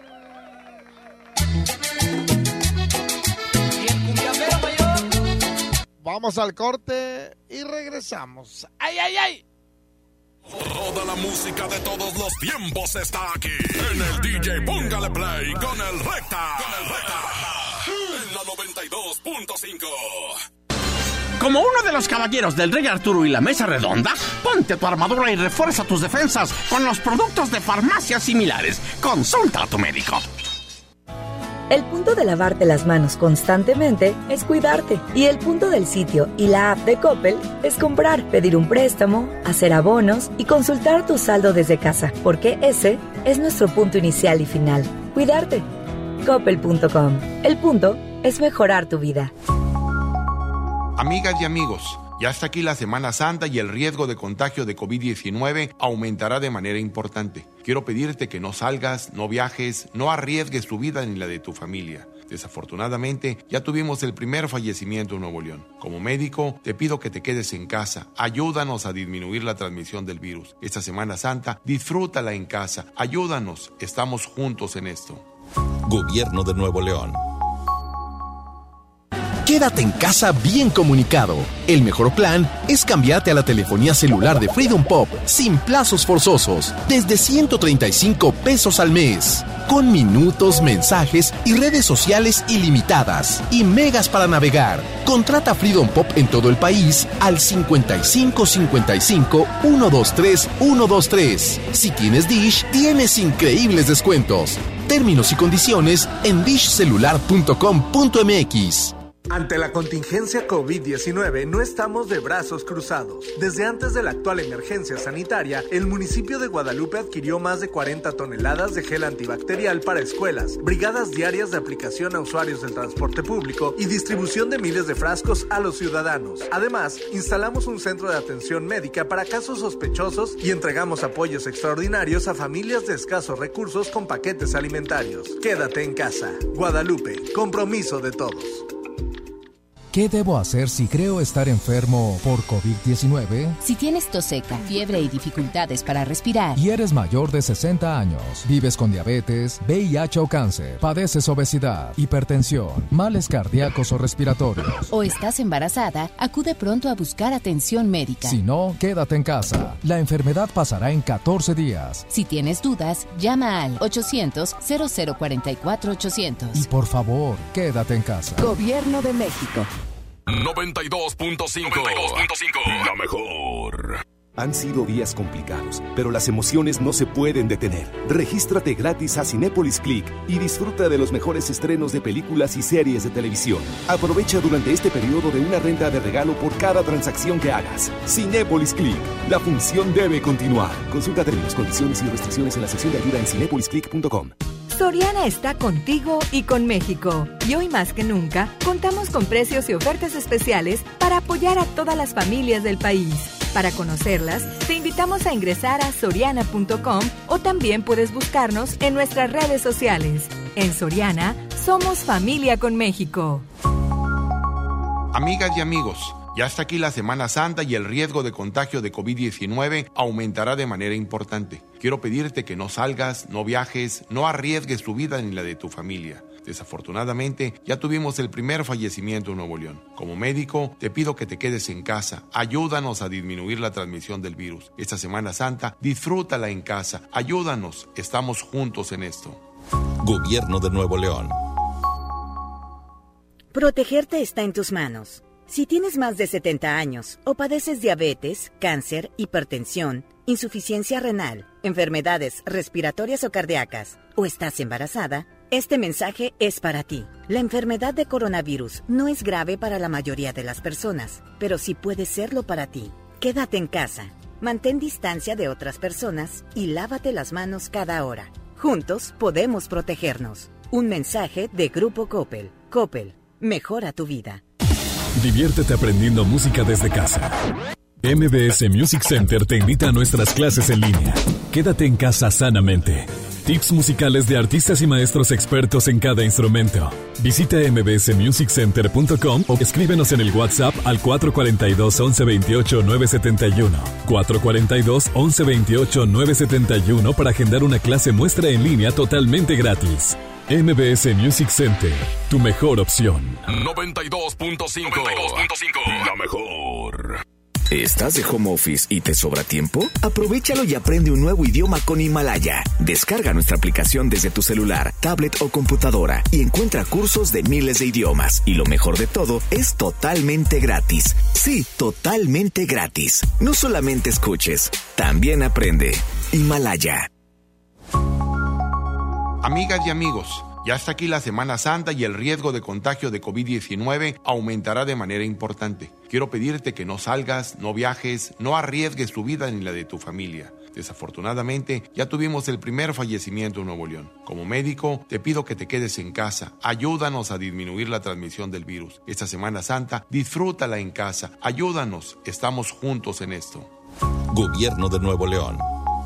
Y el cumbiambero mayor. Vamos al corte y regresamos. ¡Ay, ay, ay! Toda la música de todos los tiempos está aquí en el D J Póngale Play con el Recta. Con el Recta. En la noventa y dos punto cinco. Como uno de los caballeros del Rey Arturo y la Mesa Redonda, ponte tu armadura y refuerza tus defensas con los productos de farmacias similares. Consulta a tu médico. El punto de lavarte las manos constantemente es cuidarte. Y el punto del sitio y la app de Coppel es comprar, pedir un préstamo, hacer abonos y consultar tu saldo desde casa. Porque ese es nuestro punto inicial y final. Cuidarte. Coppel punto com. El punto es mejorar tu vida. Amigas y amigos, ya está aquí la Semana Santa y el riesgo de contagio de COVID diecinueve aumentará de manera importante. Quiero pedirte que no salgas, no viajes, no arriesgues tu vida ni la de tu familia. Desafortunadamente, ya tuvimos el primer fallecimiento en Nuevo León. Como médico, te pido que te quedes en casa. Ayúdanos a disminuir la transmisión del virus. Esta Semana Santa, disfrútala en casa. Ayúdanos, estamos juntos en esto. Gobierno de Nuevo León. Quédate en casa bien comunicado. El mejor plan es cambiarte a la telefonía celular de Freedom Pop sin plazos forzosos, desde ciento treinta y cinco pesos al mes, con minutos, mensajes y redes sociales ilimitadas y megas para navegar. Contrata Freedom Pop en todo el país al cincuenta y cinco cincuenta y cinco, ciento veintitrés, ciento veintitrés. Si tienes Dish, tienes increíbles descuentos. Términos y condiciones en dish celular punto com punto m x. Ante la contingencia COVID diecinueve, no estamos de brazos cruzados. Desde antes de la actual emergencia sanitaria, el municipio de Guadalupe adquirió más de cuarenta toneladas de gel antibacterial para escuelas, brigadas diarias de aplicación a usuarios del transporte público y distribución de miles de frascos a los ciudadanos. Además, instalamos un centro de atención médica para casos sospechosos y entregamos apoyos extraordinarios a familias de escasos recursos con paquetes alimentarios. Quédate en casa. Guadalupe, compromiso de todos. ¿Qué debo hacer si creo estar enfermo por COVID diecinueve? Si tienes tos seca, fiebre y dificultades para respirar, y eres mayor de sesenta años, vives con diabetes, V I H o cáncer, padeces obesidad, hipertensión, males cardíacos o respiratorios, o estás embarazada, acude pronto a buscar atención médica. Si no, quédate en casa. La enfermedad pasará en catorce días. Si tienes dudas, llama al ochocientos, cero cero cuatro cuatro, ochocientos. Y por favor, quédate en casa. Gobierno de México. noventa y dos punto cinco. La mejor. Han sido días complicados, pero las emociones no se pueden detener. Regístrate gratis a Cinépolis Click y disfruta de los mejores estrenos de películas y series de televisión. Aprovecha durante este periodo de una renta de regalo por cada transacción que hagas. Cinépolis Click. La función debe continuar. Consulta términos, condiciones y restricciones en la sección de ayuda en cinépolis click punto com. Soriana está contigo y con México. Y hoy más que nunca, contamos con precios y ofertas especiales para apoyar a todas las familias del país. Para conocerlas, te invitamos a ingresar a soriana punto com o también puedes buscarnos en nuestras redes sociales. En Soriana, somos familia con México. Amigas y amigos, ya está aquí la Semana Santa y el riesgo de contagio de COVID diecinueve aumentará de manera importante. Quiero pedirte que no salgas, no viajes, no arriesgues tu vida ni la de tu familia. Desafortunadamente, ya tuvimos el primer fallecimiento en Nuevo León. Como médico, te pido que te quedes en casa. Ayúdanos a disminuir la transmisión del virus. Esta Semana Santa, disfrútala en casa. Ayúdanos, estamos juntos en esto. Gobierno de Nuevo León. Protegerte está en tus manos. Si tienes más de setenta años o padeces diabetes, cáncer, hipertensión, insuficiencia renal, enfermedades respiratorias o cardíacas, o estás embarazada, este mensaje es para ti. La enfermedad de coronavirus no es grave para la mayoría de las personas, pero sí puede serlo para ti. Quédate en casa, mantén distancia de otras personas y lávate las manos cada hora. Juntos podemos protegernos. Un mensaje de Grupo Coppel. Coppel, mejora tu vida. Diviértete aprendiendo música desde casa. M B S Music Center te invita a nuestras clases en línea. Quédate en casa sanamente. Tips musicales de artistas y maestros expertos en cada instrumento. Visita m b s music center punto com o escríbenos en el WhatsApp al cuatro cuatro dos, once veintiocho, nueve setenta y uno. cuatro cuatro dos, once veintiocho, nueve setenta y uno para agendar una clase muestra en línea totalmente gratis. M B S Music Center, tu mejor opción. noventa y dos punto cinco. La mejor. ¿Estás de home office y te sobra tiempo? Aprovéchalo y aprende un nuevo idioma con Himalaya. Descarga nuestra aplicación desde tu celular, tablet o computadora y encuentra cursos de miles de idiomas. Y lo mejor de todo, es totalmente gratis. Sí, totalmente gratis. No solamente escuches, también aprende. Himalaya. Amigas y amigos, ya está aquí la Semana Santa y el riesgo de contagio de covid diecinueve aumentará de manera importante. Quiero pedirte que no salgas, no viajes, no arriesgues tu vida ni la de tu familia. Desafortunadamente, ya tuvimos el primer fallecimiento en Nuevo León. Como médico, te pido que te quedes en casa. Ayúdanos a disminuir la transmisión del virus. Esta Semana Santa, disfrútala en casa. Ayúdanos, estamos juntos en esto. Gobierno de Nuevo León.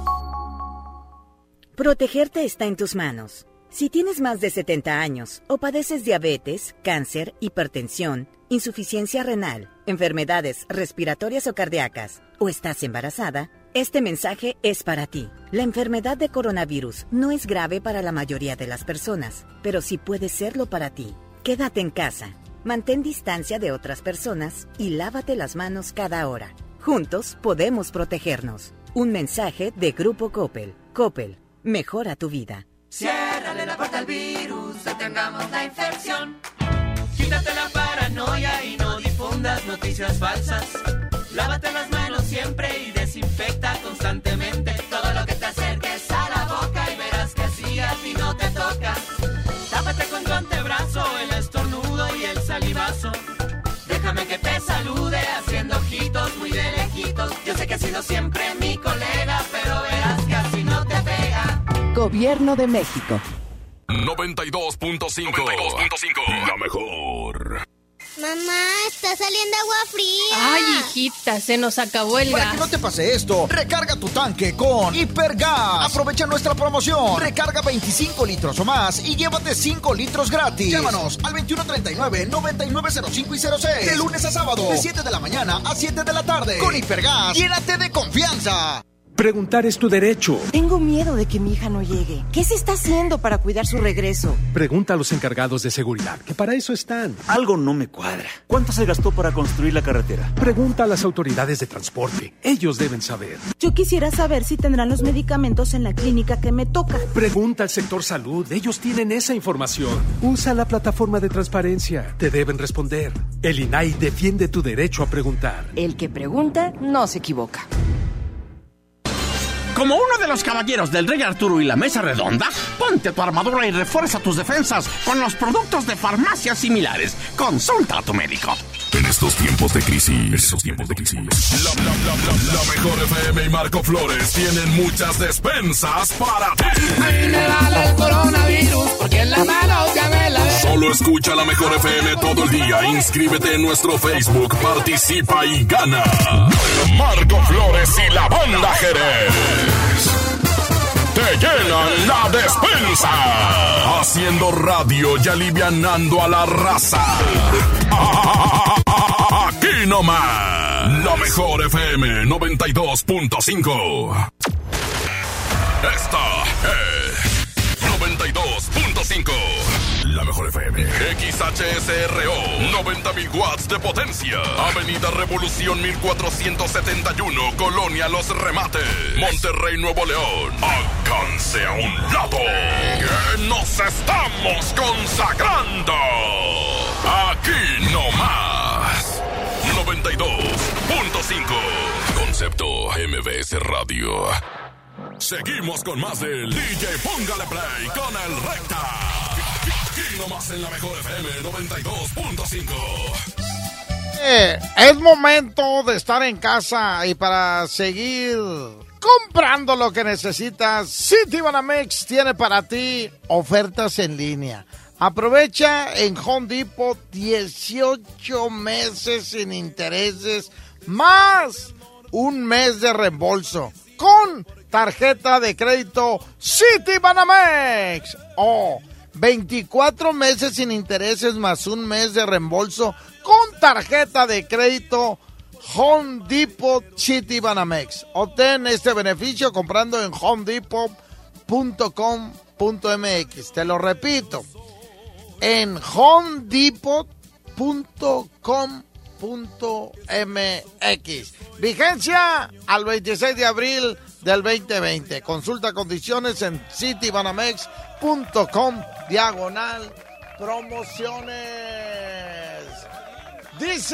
Protegerte está en tus manos. Si tienes más de setenta años o padeces diabetes, cáncer, hipertensión, insuficiencia renal, enfermedades respiratorias o cardíacas, o estás embarazada, este mensaje es para ti. La enfermedad de coronavirus no es grave para la mayoría de las personas, pero sí puede serlo para ti. Quédate en casa, mantén distancia de otras personas y lávate las manos cada hora. Juntos podemos protegernos. Un mensaje de Grupo Coppel. Coppel, mejora tu vida. Ciérrale la puerta al virus, detengamos la infección. Quítate la paranoia y no difundas noticias falsas. Lávate las manos siempre y desinfecta constantemente. Todo lo que te acerques a la boca y verás que así a ti no te toca. Tápate con tu antebrazo, el estornudo y el salivazo. Déjame que te salude haciendo ojitos muy de lejitos. Yo sé que has sido siempre mi colega, pero verás que así no te pega. Gobierno de México. noventa y dos punto cinco. La mejor. Mamá, está saliendo agua fría. Ay, hijita, se nos acabó el Para gas. que no te pase esto, recarga tu tanque con Hipergas. Aprovecha nuestra promoción. Recarga veinticinco litros o más y llévate cinco litros gratis. Llámanos al veintiuno treinta y nueve, noventa y nueve cero cinco y cero seis. De lunes a sábado, de siete de la mañana a siete de la tarde. Con Hipergas, llénate de confianza. Preguntar es tu derecho. Tengo miedo de que mi hija no llegue. ¿Qué se está haciendo para cuidar su regreso? Pregunta a los encargados de seguridad, que para eso están. Algo no me cuadra. ¿Cuánto se gastó para construir la carretera? Pregunta a las autoridades de transporte. Ellos deben saber. Yo quisiera saber si tendrán los medicamentos en la clínica que me toca. Pregunta al sector salud. Ellos tienen esa información. Usa la plataforma de transparencia. Te deben responder. El I N A I defiende tu derecho a preguntar. El que pregunta no se equivoca. Como uno de los caballeros del Rey Arturo y la Mesa Redonda, ponte tu armadura y refuerza tus defensas con los productos de farmacias similares. Consulta a tu médico. En estos tiempos de crisis, en estos tiempos de crisis, la, la, la, la, la mejor F M y Marco Flores tienen muchas despensas para ti. A mí me vale el coronavirus porque en la mano ya me la ve. Solo escucha la mejor F M todo el día. Inscríbete en nuestro Facebook, participa y gana. Marco Flores y la Banda Jerez te llenan la despensa, haciendo radio y alivianando a la raza. Aquí nomás, la mejor F M noventa y dos punto cinco. Esta es noventa y dos punto cinco. La mejor F M. X H S R O. noventa mil watts de potencia. Avenida Revolución mil cuatrocientos setenta y uno. Colonia Los Remates. Monterrey, Nuevo León. Alcance a un lado. Que nos estamos consagrando. Aquí no más. noventa y dos punto cinco. Concepto M B S Radio. Seguimos con más del D J Póngale Play con el Recta. Aquí nomás en la mejor F M noventa y dos punto cinco. Eh, es momento de estar en casa y para seguir comprando lo que necesitas, Citibanamex tiene para ti ofertas en línea. Aprovecha en Home Depot dieciocho meses sin intereses más un mes de reembolso con tarjeta de crédito Citibanamex o veinticuatro meses sin intereses más un mes de reembolso con tarjeta de crédito Home Depot Citibanamex. Obtén este beneficio comprando en home depot punto com punto m x. Te lo repito, en home depot punto com punto m x. Vigencia al veintiséis de abril del veinte veinte. Consulta condiciones en citibanamex punto com diagonal promociones. Dice...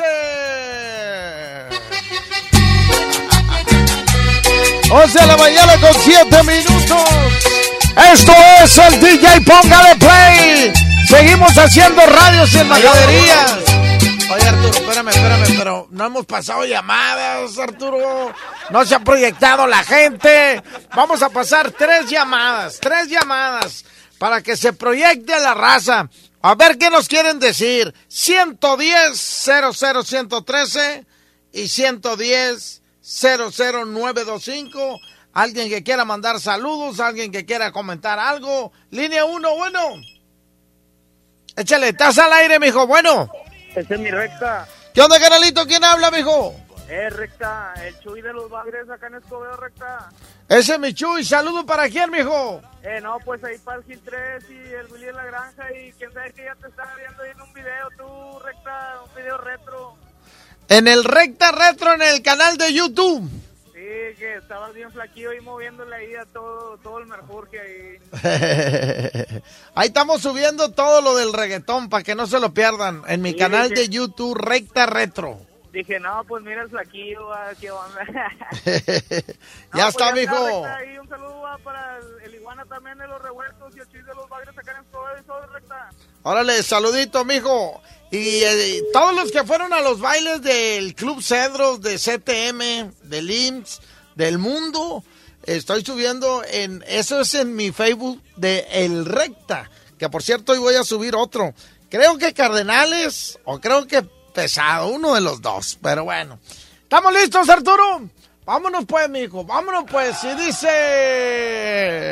once de la mañana con siete minutos. Esto es el D J Póngale Play. Seguimos haciendo radios en majaderías. Oye, Arturo, espérame, espérame, pero no hemos pasado llamadas, Arturo. No se ha proyectado la gente. Vamos a pasar tres llamadas, tres llamadas para que se proyecte la raza. A ver qué nos quieren decir. ciento diez, cero cero ciento trece y ciento diez, cero cero nueve veinticinco. Alguien que quiera mandar saludos, alguien que quiera comentar algo. Línea uno, bueno. Échale, estás al aire, mijo, bueno. Ese es mi recta. ¿Qué onda, canalito? ¿Quién habla, mijo? Eh, recta, el Chuy de los Bagres acá en Escobedo, recta. Ese es mi Chuy. ¿Saludo para quién, mijo? Eh, no, pues ahí para el Gil tres y el Willy en la granja y quién sabe que ya te estaba viendo ahí en un video, tú, recta, un video retro. En el Recta Retro, en el canal de YouTube. Sí, que estabas bien flaquillo y moviéndole ahí a todo, todo el merjurje ahí. Ahí estamos subiendo todo lo del reggaetón para que no se lo pierdan en mi Sí, canal dije- de YouTube Recta Retro. Dije, no, pues mira el flaquillo, ah, qué onda. Ya No, está, pues mijo. recta, ahí un saludo ah, para el, el Iguana también de los revueltos y el Chuy de los Bagres acá en Escobedo y todo, recta. Órale, saludito, mijo. Y eh, todos los que fueron a los bailes del Club Cedros, de C T M, del I M S S, del Mundo, estoy subiendo en, eso es en mi Facebook de El Recta, que por cierto hoy voy a subir otro. Creo que Cardenales, o creo que Pesado, uno de los dos, pero bueno. ¿Estamos listos, Arturo? Vámonos pues, mijo, vámonos pues, y dice...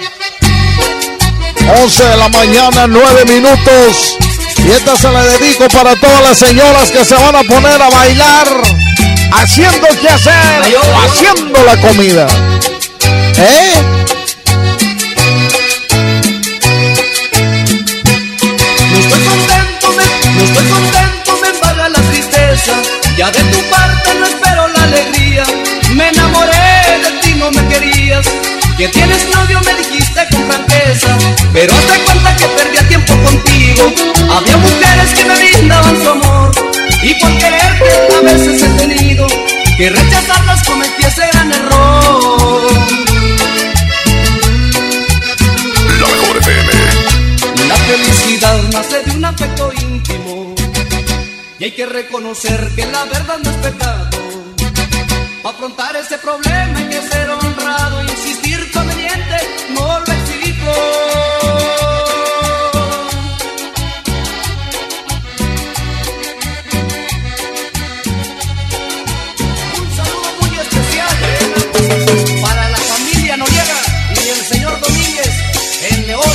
once de la mañana, nueve minutos. Y esta se la dedico para todas las señoras que se van a poner a bailar, haciendo qué hacer, o haciendo la comida. ¿Eh? No estoy contento, me, no estoy contento, me embarga la tristeza. Ya de tu parte no espero la alegría. Me enamoré de ti, no me querías. Que tienes novio me dijiste con franqueza, pero hazte cuenta que perdía tiempo contigo. Había mujeres que me brindaban su amor, y por quererte a veces he tenido que rechazarlas, cometí ese gran error. La mejor F M. La felicidad nace de un afecto íntimo, y hay que reconocer que la verdad no es pecado. Para afrontar ese problema hay que ser honrado, y insistir conveniente no lo exijo. Un saludo muy especial para la familia Noriega y el señor Domínguez en León.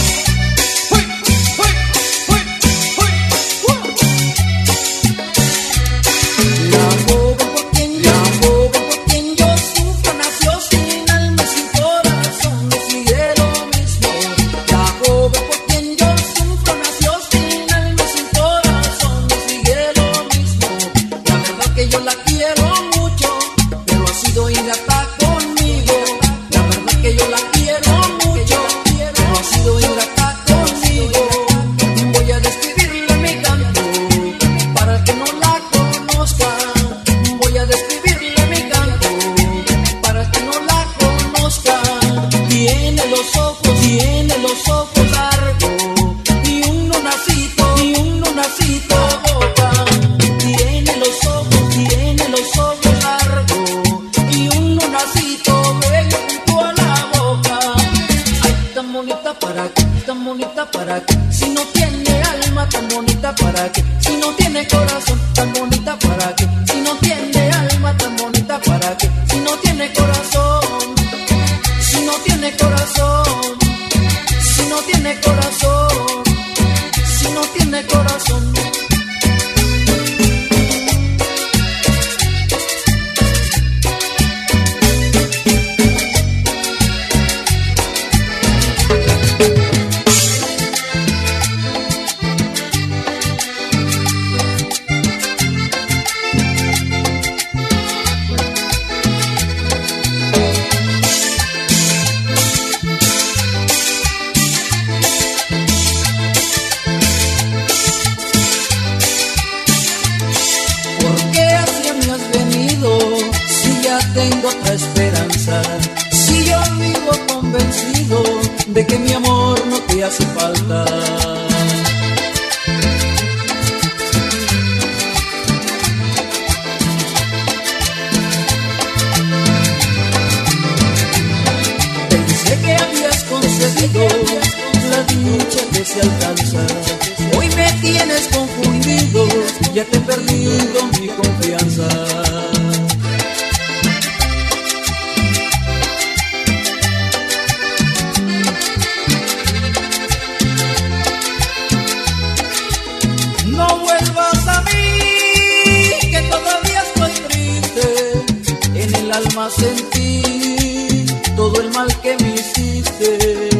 otra esperanza. Si yo vivo convencido de que mi amor no te hace falta. Pensé que habías concedido la dicha que se alcanza. Hoy me tienes confundido, ya te he perdido mi confianza. No vuelvas a mí, que todavía estoy triste. En el alma sentí todo el mal que me hiciste.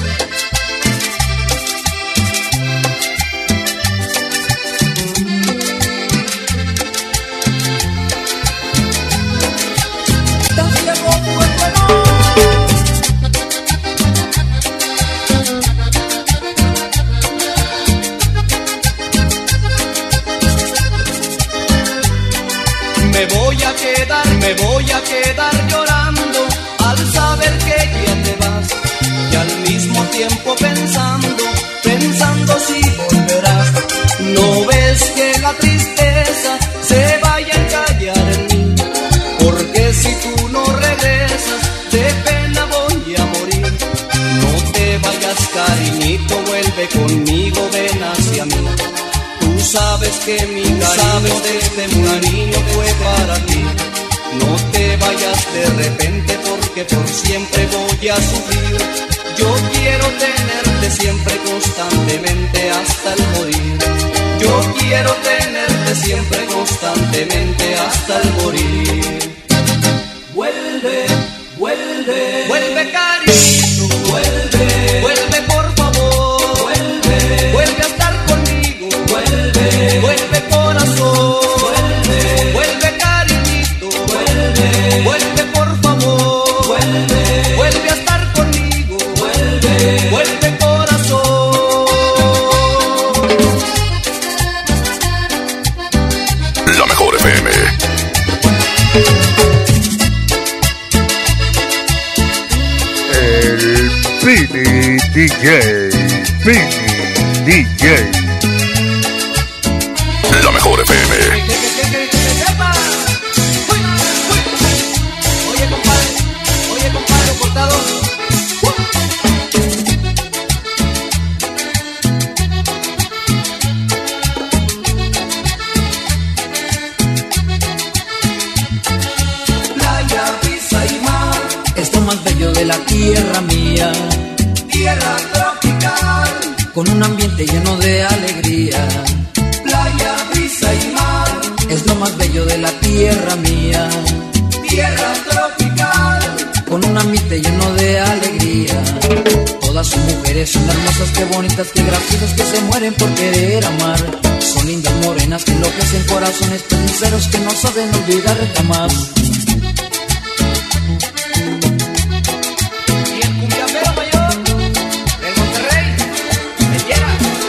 Me voy a quedar, me voy a quedar llorando al saber que ya te vas, y al mismo tiempo pensando, pensando si volverás. ¿No ves que la tristeza se vaya a encallar en mí? Porque si tú no regresas, de pena voy a morir. No te vayas, cariñito, vuelve conmigo, ven hacia mí. Tú sabes que mi cariño desde un cariño fue para ti. No te vayas de repente porque por siempre voy a sufrir. Yo quiero tenerte siempre, constantemente, hasta el morir. Yo quiero tenerte siempre, constantemente, hasta el morir. Vuelve, vuelve, vuelve, cariño, vuelve, vuelve por favor, vuelve, vuelve a estar conmigo, vuelve, vuelve corazón, vuelve, vuelve cariñito, vuelve, vuelve por favor, vuelve, vuelve a estar conmigo, vuelve, vuelve corazón. La mejor F M. El Pini D J, Pini D J. La mejor F M. Oye, compadre, oye, compadre, cortado. Playa, brisa y mar, es lo más bello de la tierra mía. Tierra tropical, con un ambiente lleno de alegría. Playa, brisa y mar, es lo más bello de la tierra mía. Tierra tropical, con un ambiente lleno de alegría. Todas sus mujeres son hermosas, qué bonitas, qué graciosas, que se mueren por querer amar. Son lindas morenas que enloquecen corazones tan sinceros que no saben olvidar jamás. Y el cumbiambero mayor del Monterrey, el Yera.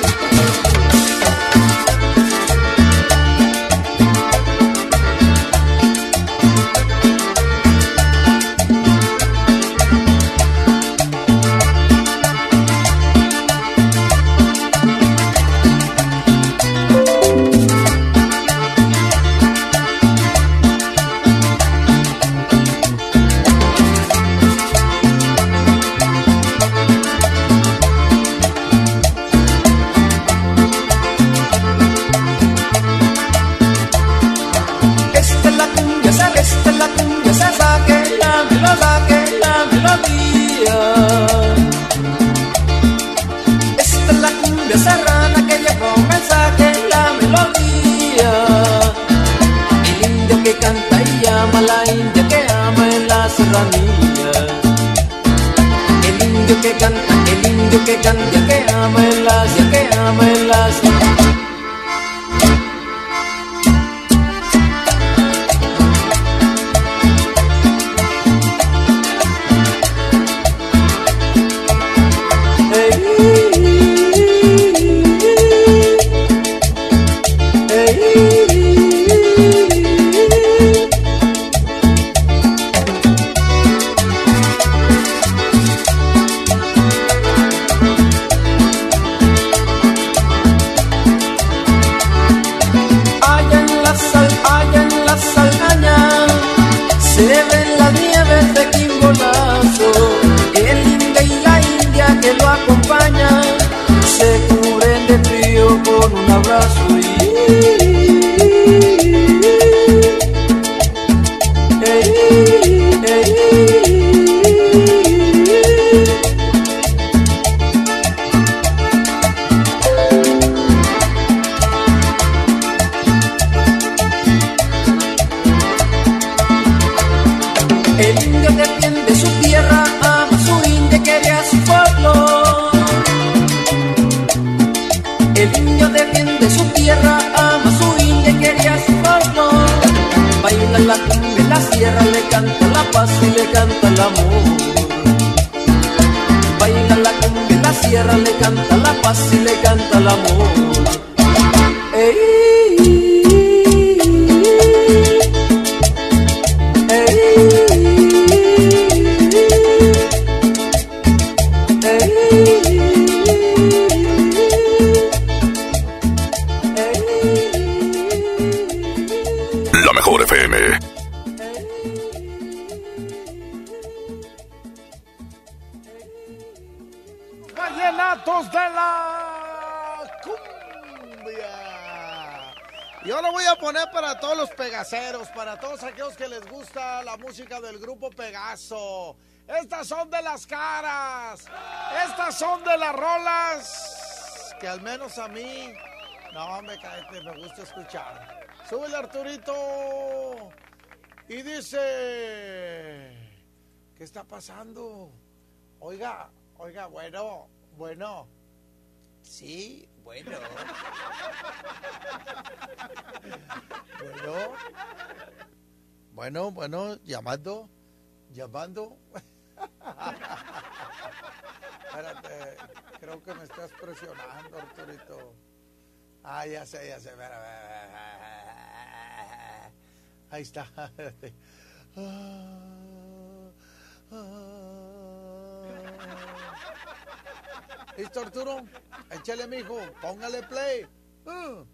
El indio que canta, el indio que canta, que ama el Asia, que ama el Asia. abrazo y el indio defiende su tierra, ama su india, quiere a su pueblo. El indio defiende su tierra, ama su india, quiere a su pueblo. Baila la cumbia en la sierra, le canta la paz y le canta el amor. Baila la cumbia en la sierra, le canta la paz y le canta el amor. Ey. La mejor F M. Vallenatos de la cumbia. Y ahora voy a poner para todos los pegaceros, para todos aquellos que les gusta la música del grupo Pegaso. Estas son de las caras. Estas son de las rolas que al menos a mí, no me cae, me gusta escuchar. Súbele, Arturito. Y dice, ¿qué está pasando? Oiga, oiga, bueno, bueno. Sí, bueno. Bueno. Bueno, bueno, llamando, llamando. Espérate, creo que me estás presionando, Arturito. Ah, ya sé, ya sé. Espera, ahí está. ¿Listo, Arturo? Échale, mijo. Póngale play. Uh.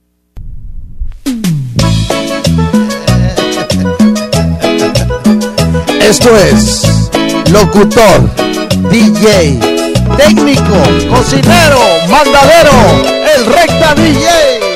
Esto es locutor, D J, técnico, cocinero, mandadero, el Recta D J.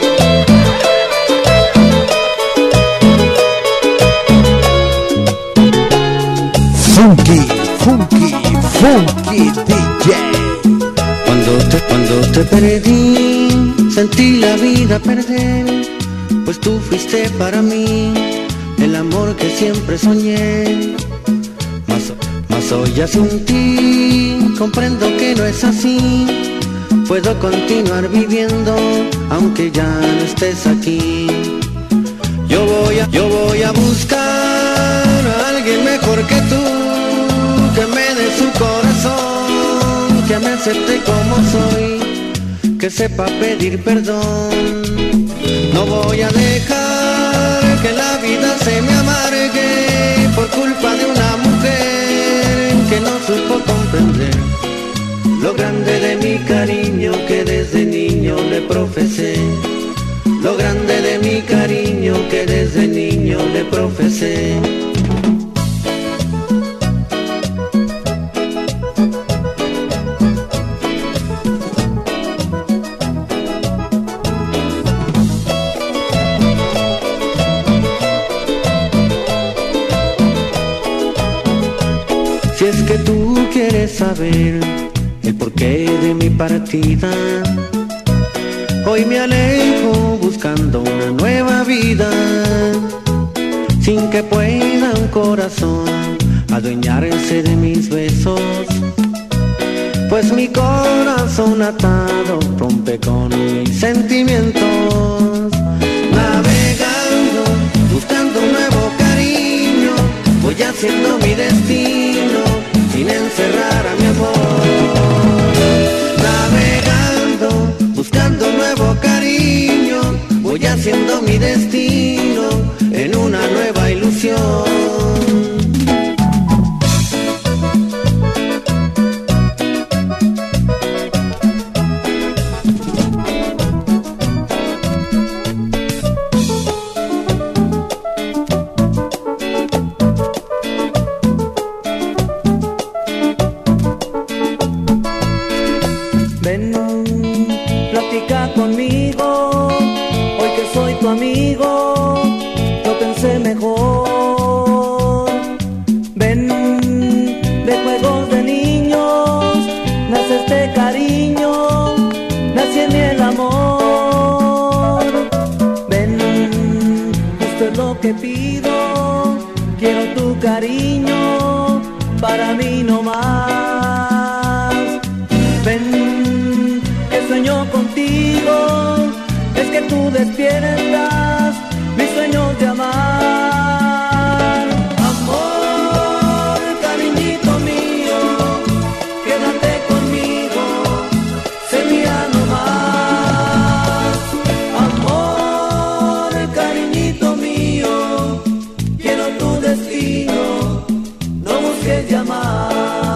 Funky, funky, funky D J. Cuando te, cuando te perdí, sentí la vida perder, pues tú fuiste para mí el amor que siempre soñé. Mas, mas hoy ya sin ti comprendo que no es así. Puedo continuar viviendo aunque ya no estés aquí. Yo voy a, yo voy a buscar a alguien mejor que tú, que me dé su corazón, que me acepte como soy, que sepa pedir perdón. No voy a dejar que la vida se me amargue por culpa de una mujer que no supo comprender lo grande de mi cariño que desde niño le profesé. Lo grande de mi cariño que desde niño le profesé. Si es que tú quieres saber el porqué de mi partida, hoy me alejo buscando una nueva vida, sin que pueda un corazón adueñarse de mis besos, pues mi corazón atado rompe con mis sentimientos. Navegando, buscando un nuevo cariño, voy haciendo mi destino, sin encerrar a mi amor. Navegando, buscando un nuevo cariño, voy haciendo mi destino en una nueva ilusión. que pido, quiero tu cariño para mí no más. Ven, que sueño contigo, es que tú despiertas mis sueños de amar. Amor, cariñito mío, quédate conmigo, sé mía no más. Amor, cariñito mío, quiero tu destino, no busques llamar.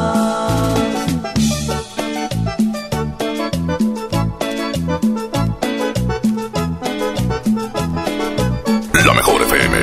La mejor F M.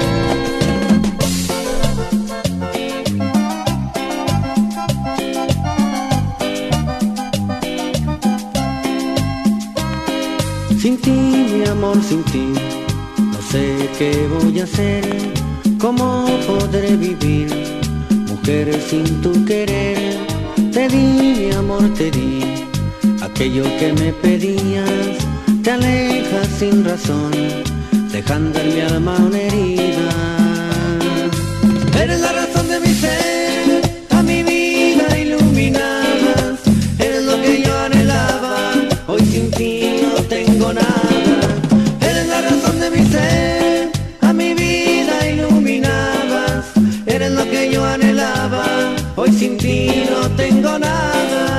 Sin ti, mi amor, sin ti, no sé qué voy a hacer, cómo podré vivir, mujer, sin tu querer. Te di, mi amor, te di, aquello que me pedías, te alejas sin razón, dejando en mi alma una herida. Eres la razón de mi ser, a mi vida iluminabas, eres lo que yo anhelaba, hoy sin ti no tengo nada. Eres la razón de mi ser, a mi vida iluminabas, eres lo que yo anhelaba, hoy sin ti no tengo nada.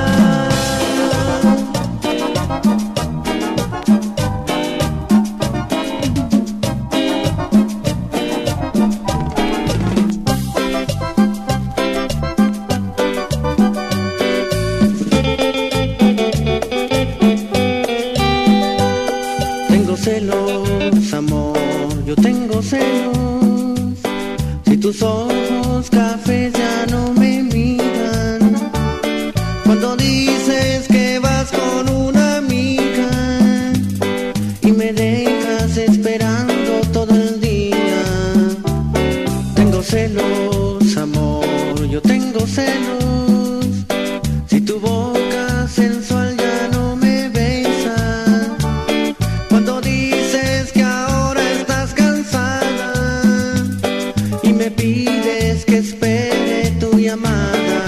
Celos, amor, yo tengo celos. Si tus ojos cafés ya no me miran, cuando dices que vas con una amiga y me dejas esperando todo el día. Tengo celos, amor, yo tengo celos. Si tu boca sensual ya no me besa, cuando dices que ahora estás cansada y me pides que espere tu llamada.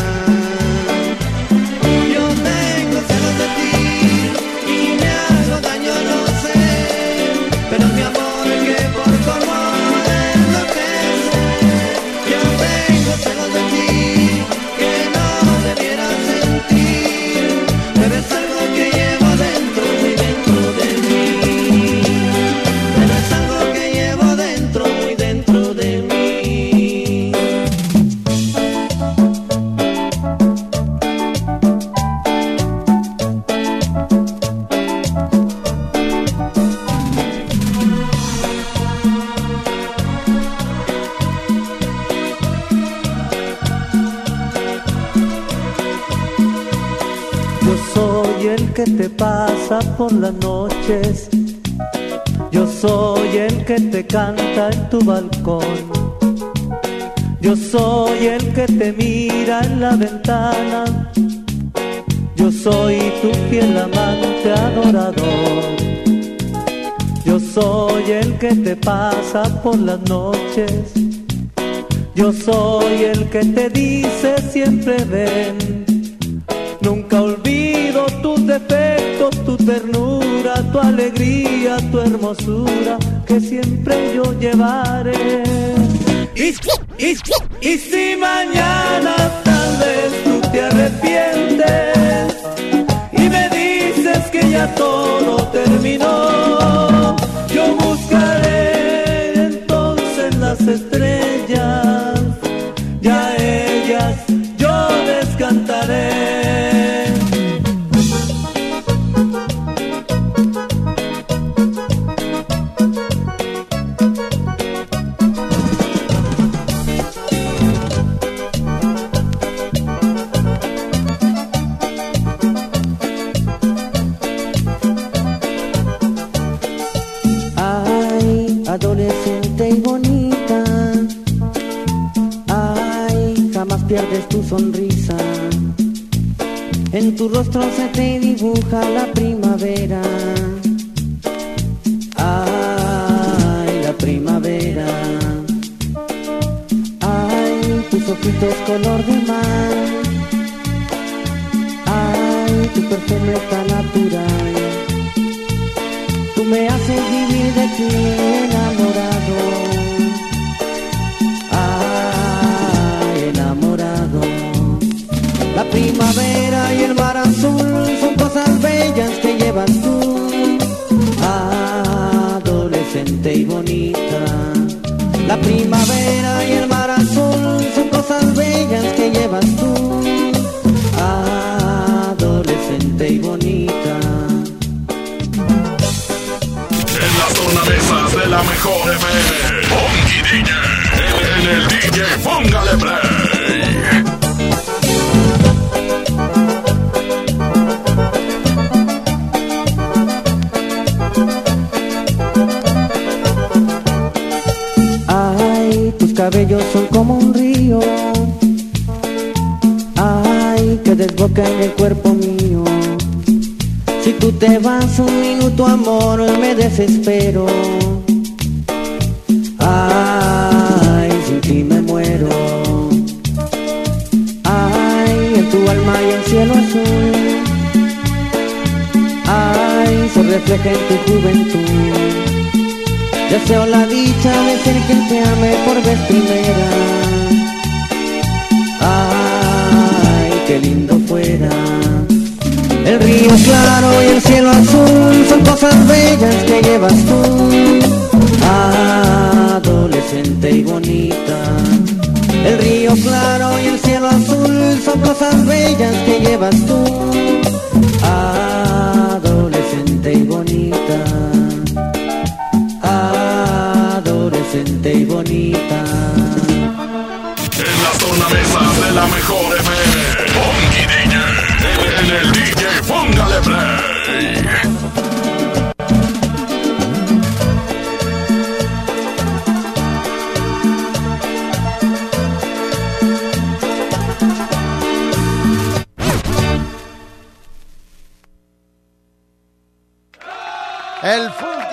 Yo tengo celos de ti y me hago daño, no sé, pero mi amor que por tu amor enloquece. Yo tengo celos de ti que no debieras sentir, pero es algo que llevo dentro, muy dentro de mí. Que te pasa por las noches, yo soy el que te canta en tu balcón, yo soy el que te mira en la ventana, yo soy tu fiel amante adorador, yo soy el que te pasa por las noches, yo soy el que te dice siempre ven. Nunca olvido tus defectos, tu ternura, tu alegría, tu hermosura, que siempre yo llevaré. Y, y, y si mañana tal vez tú te arrepientes y me dices que ya todo terminó, yo buscaré entonces las estrellas, ya ellas yo les cantaré. Adolescente y bonita, ay, jamás pierdes tu sonrisa, en tu rostro se te dibuja la primavera, ay, la primavera. color de mar. Ay, tu perfume tan natural. Tú me haces vivir de ti enamorado. Ay, enamorado. La primavera y el mar azul son cosas bellas que llevas tú, adolescente y bonita. La primavera y el mar azul son cosas bellas que llevas tú, adolescente y bonita. En las tornamesas de la mejor F M, Funky D J, en el D J Póngale Play. Ay, tus cabellos son como un río, ay, que desboca en el cuerpo mío. Si tú te vas un minuto, amor, me desespero. Ay, sin ti me muero. Ay, en tu alma y el cielo azul, ay, se refleja en tu juventud. Deseo la dicha de ser quien te ame por vez primera. Ay, qué lindo fuera. El río claro y el cielo azul son cosas bellas que llevas tú, adolescente y bonita. El río claro y el cielo azul son cosas bellas que llevas tú, adolescente y bonita. Adolescente y bonita. En las tornamesas de la mejor F M, Funky D J, en el D J Póngale Play. El Funky.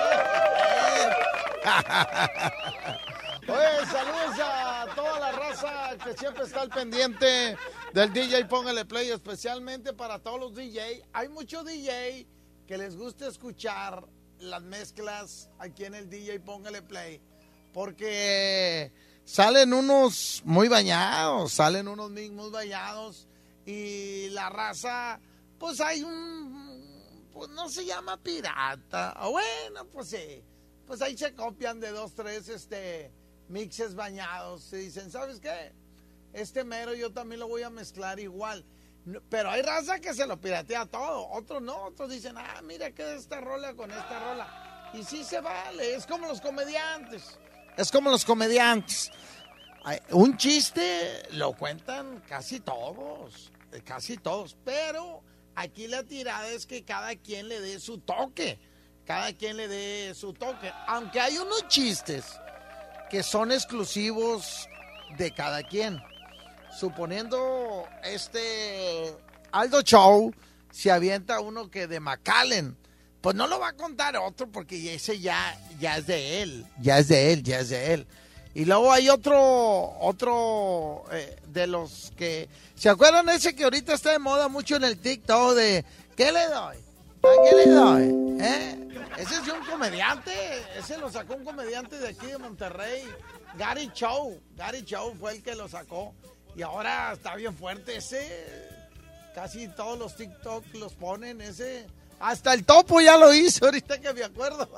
Oye, saludos a toda la raza que siempre está al pendiente del D J Póngale Play, especialmente para todos los D J. Hay muchos D J que les gusta escuchar las mezclas aquí en el D J Póngale Play, porque salen unos muy bañados, salen unos mix muy bañados, y la raza, pues hay un, pues no se llama pirata, o bueno, pues sí, pues ahí se copian de dos, tres, este, mixes bañados, y dicen, ¿sabes qué? Este mero yo también lo voy a mezclar igual. Pero hay raza que se lo piratea todo, otros no, otros dicen, ah, mira que esta rola con esta rola. Y sí se vale, es como los comediantes, es como los comediantes. Un chiste lo cuentan casi todos, casi todos, pero aquí la tirada es que cada quien le dé su toque, cada quien le dé su toque, aunque hay unos chistes que son exclusivos de cada quien. Suponiendo este Aldo Show se avienta uno que de McAllen, pues no lo va a contar otro porque ese ya, ya es de él, ya es de él, ya es de él. Y luego hay otro, otro eh, de los que, ¿se acuerdan ese que ahorita está de moda mucho en el TikTok de ¿qué le doy? ¿A qué le doy? ¿Eh? Ese es de un comediante, ese lo sacó un comediante de aquí de Monterrey, Gary Show, Gary Show fue el que lo sacó. Y ahora está bien fuerte ese. Casi todos los TikTok los ponen ese. Hasta el Topo ya lo hizo, ahorita que me acuerdo.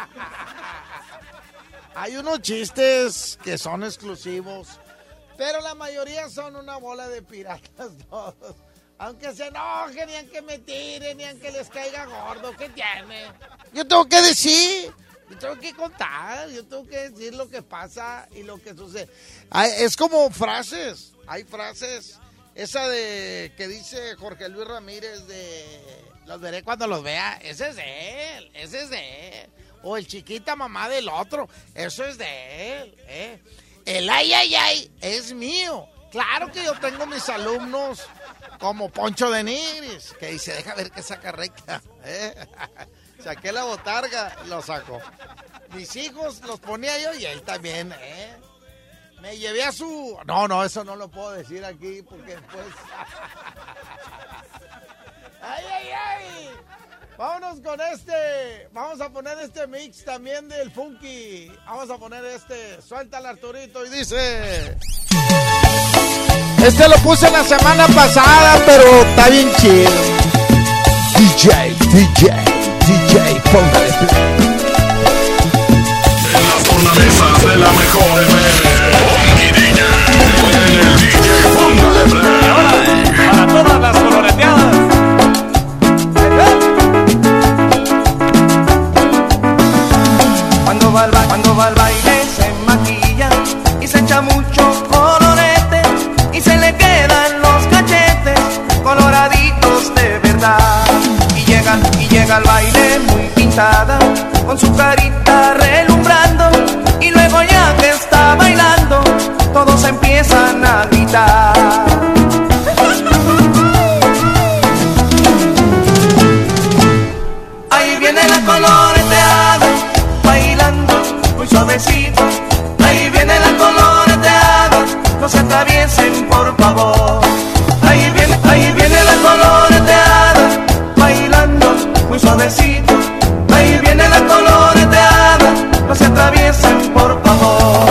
Hay unos chistes que son exclusivos, pero la mayoría son una bola de piratas todos. Aunque se enojen, ni aunque me tiren, ni aunque les caiga gordo, ¿qué tiene? Yo tengo que decir... Yo tengo que contar, yo tengo que decir lo que pasa y lo que sucede. Hay, es como frases, hay frases, esa de que dice Jorge Luis Ramírez de los veré cuando los vea, ese es de él, ese es de él. O el chiquita mamá del otro, eso es de él. ¿eh? El ay, ay, ay es mío. Claro que yo tengo mis alumnos como Poncho de Nigris, que dice, deja ver que saca recta. ¿eh? Saqué la botarga, lo sacó. Mis hijos los ponía yo y él también, ¿eh? Me llevé a su... No, no, eso no lo puedo decir aquí porque después... ¡Ay, ay, ay! Vámonos con este. Vamos a poner este mix también del Funky. Vamos a poner este. Suéltale, Arturito, y dice... Este lo puse la semana pasada, pero está bien chido. D J, D J, D J, póngale play. En las tornamesas de la mejor M M. Funky D J. En el D J, póngale play. Ahora, para todas las coloreteadas. Cuando va al baile, cuando va al baile se maquilla y se echa mucho colorete y se le quedan los cachetes coloraditos de verdad. Y llega, y llega al baile muy pintada con su carita relumbrando y luego ya que está bailando todos empiezan a gritar. Ahí viene la coloreteada bailando muy suavecito. Ahí viene la coloreteada, no se atraviesen por favor. Ahí viene, ahí viene la coloreteada, bailando muy suavecito. Ahí viene la coloreteada, no se atraviesen por favor.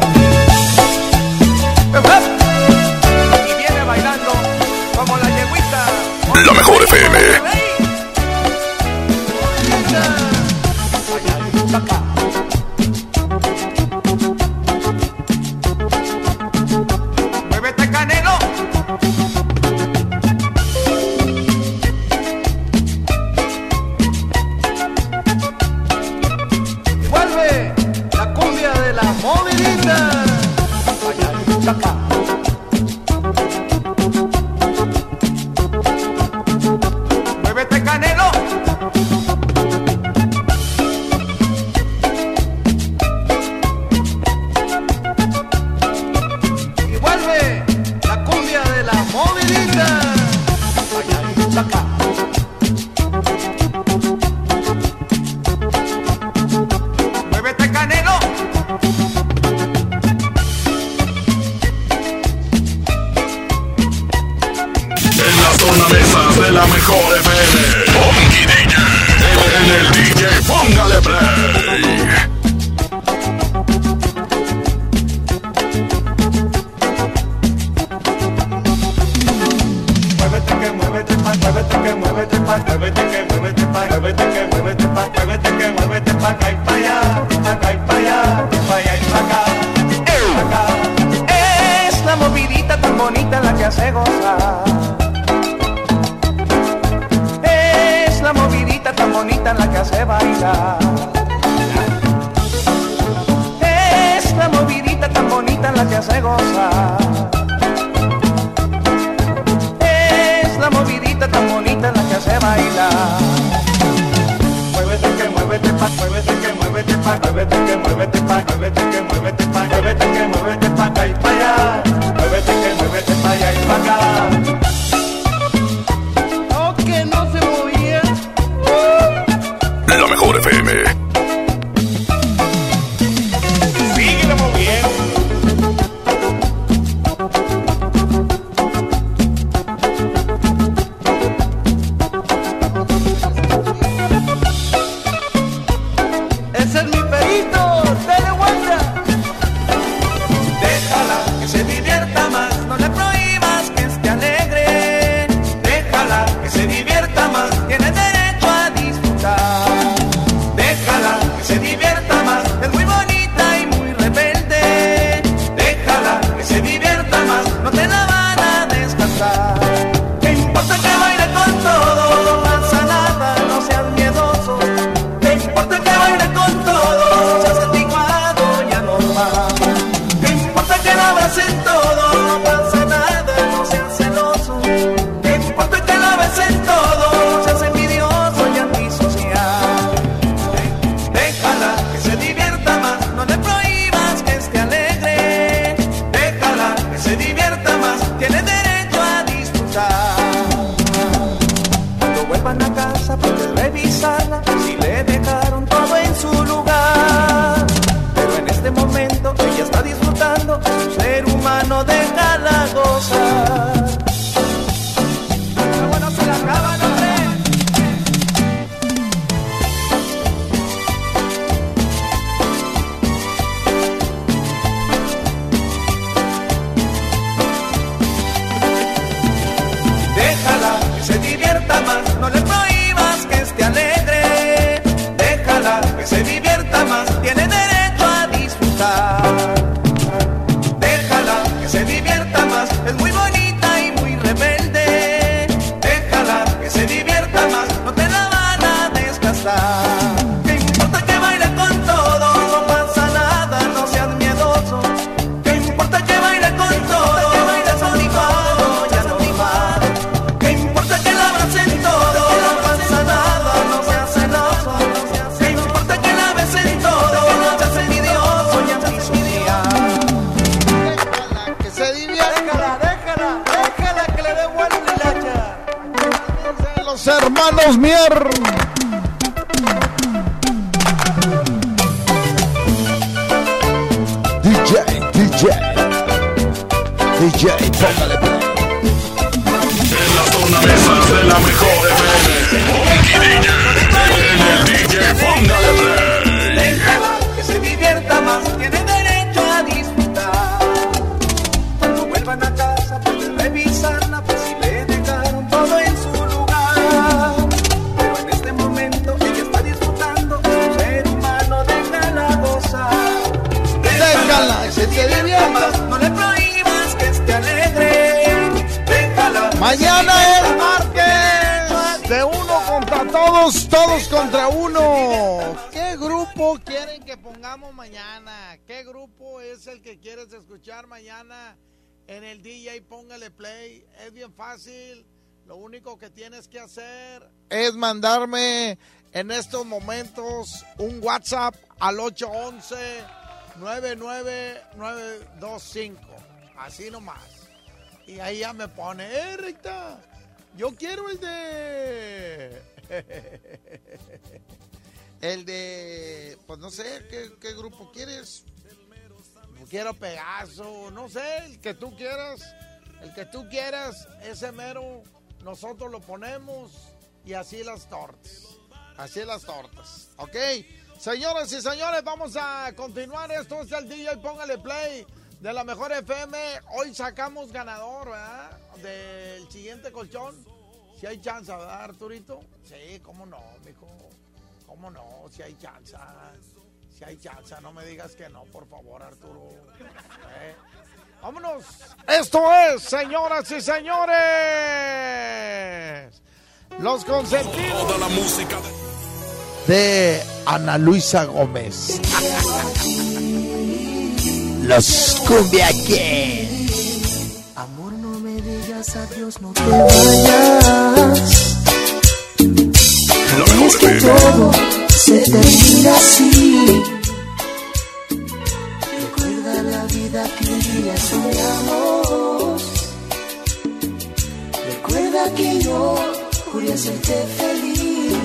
Y viene bailando como la yeguita. La mejor F M. Muévete, Canelo. Vuelve la cumbia de la movidita. Muévete, Canelo. Y vuelve la cumbia de la movidita. Muévete, Canelo. En las tornamesas de la mejor F M. Funky D J. En el D J, póngale play. Muévete que muévete pa, muévete que muévete pa, muévete que muévete pa, muévete que muévete pa, muévete que muévete pa, acá y pa allá, acá y pa allá, pa allá y pa acá, pa acá. Es la movidita tan bonita la que hace gozar. Es la movidita tan bonita la que hace bailar. Es la movidita tan bonita la que hace gozar. La movidita tan bonita la que hace bailar. Muévete que muévete pa, muévete que muévete pa, muévete que muévete pa, muévete que muévete pa, muévete que muévete pa, acá y pa allá, muévete que muévete pa allá y pa acá. No, que no se movía. La mejor F M. Síguele moviendo. Ese es mi perito, dale vuelta. Déjala que se divierta más, no le prohíbas que esté alegre. Déjala que se divierta más, tiene derecho a disfrutar. Déjala que se divierta más, es muy bonita y muy rebelde. Déjala que se divierta más, no te la van a descansar. ¿Qué importa que baile con todo? No pasa nada, no seas miedoso. ¿Qué importa que baile con todo? Seas antiguado y anormal. ¿Qué importa que la besen todo? No pasa nada, no seas celoso. ¿Qué importa que la besen todo? Seas envidioso y antisocial. Déjala que se divierta más, no le prohíbas que esté alegre. Déjala que se divierta más, tiene derecho a disfrutar. Cuando vuelvan a casa puedes revisarla si le dejaron todo en su lugar. Pero en este momento ella está disfrutando Los hermanos Mier. D J, D J, D J, póngale play. En la zona mesas de la mejor F M, Funky D J, en el D J, póngale play. Déjala que se divierta más, tiene derecho a disfrutar. Cuando vuelvan a casa pueden revisarla, pues si le dejaron todo en su lugar. Pero en este momento ella está disfrutando, un ser humano, déjala gozar. Déjala que se divierta más, no le prohíbas que esté alegre. Déjala. Mañana es martes de uno contra todos, todos contra uno. ¿Qué grupo quieren que pongamos mañana? ¿Qué grupo es el que quieres escuchar mañana en el D J? Póngale play. Es bien fácil. Lo único que tienes que hacer es mandarme en estos momentos un WhatsApp al ocho once, nueve nueve nueve dos cinco. Así nomás. Y ahí ya me pone, eh, Recta, yo quiero el de... el de... Pues no sé, ¿qué, qué grupo quieres? Quiero Pegaso, no sé, el que tú quieras. El que tú quieras, ese mero, nosotros lo ponemos y así las tortas. Así las tortas, ¿ok? Señoras y señores, vamos a continuar. Esto es el D J, póngale play de la mejor F M. Hoy sacamos ganador, ¿verdad? Del siguiente colchón. Si hay chance, ¿verdad, Arturito? Sí, cómo no, mijo. Cómo no, si hay chance. Si hay chance, no me digas que no, por favor, Arturo. ¿Eh? Vámonos. Esto es, señoras y señores, los consentidos. Toda la música de Ana Luisa Gómez. Los Cumbia Kings. Amor, no me digas adiós, no te vayas. No es que todo se termina así. Recuerda la vida que un día soñamos. Recuerda que yo juré hacerte feliz.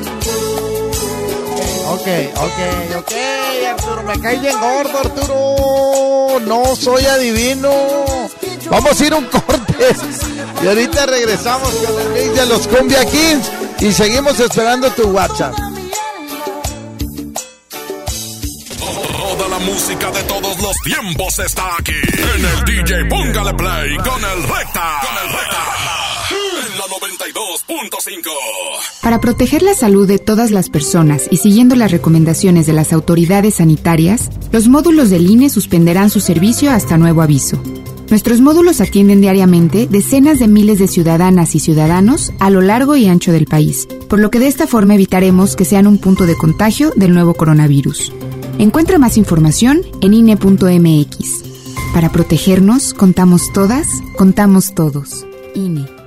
Ok, ok, ok, Arturo, me cae bien gordo, Arturo. No soy adivino. Vamos a ir a un corte. Y ahorita regresamos con el mix de los Cumbia Kings. Y seguimos esperando tu WhatsApp. Toda la música de todos los tiempos está aquí. En el D J, póngale play con el Recta. Con el Recta. En la noventa y dos punto cinco. Para proteger la salud de todas las personas y siguiendo las recomendaciones de las autoridades sanitarias, los módulos del I N E suspenderán su servicio hasta nuevo aviso. Nuestros módulos atienden diariamente decenas de miles de ciudadanas y ciudadanos a lo largo y ancho del país, por lo que de esta forma evitaremos que sean un punto de contagio del nuevo coronavirus. Encuentra más información en I N E punto M X. Para protegernos, contamos todas, contamos todos. I N E.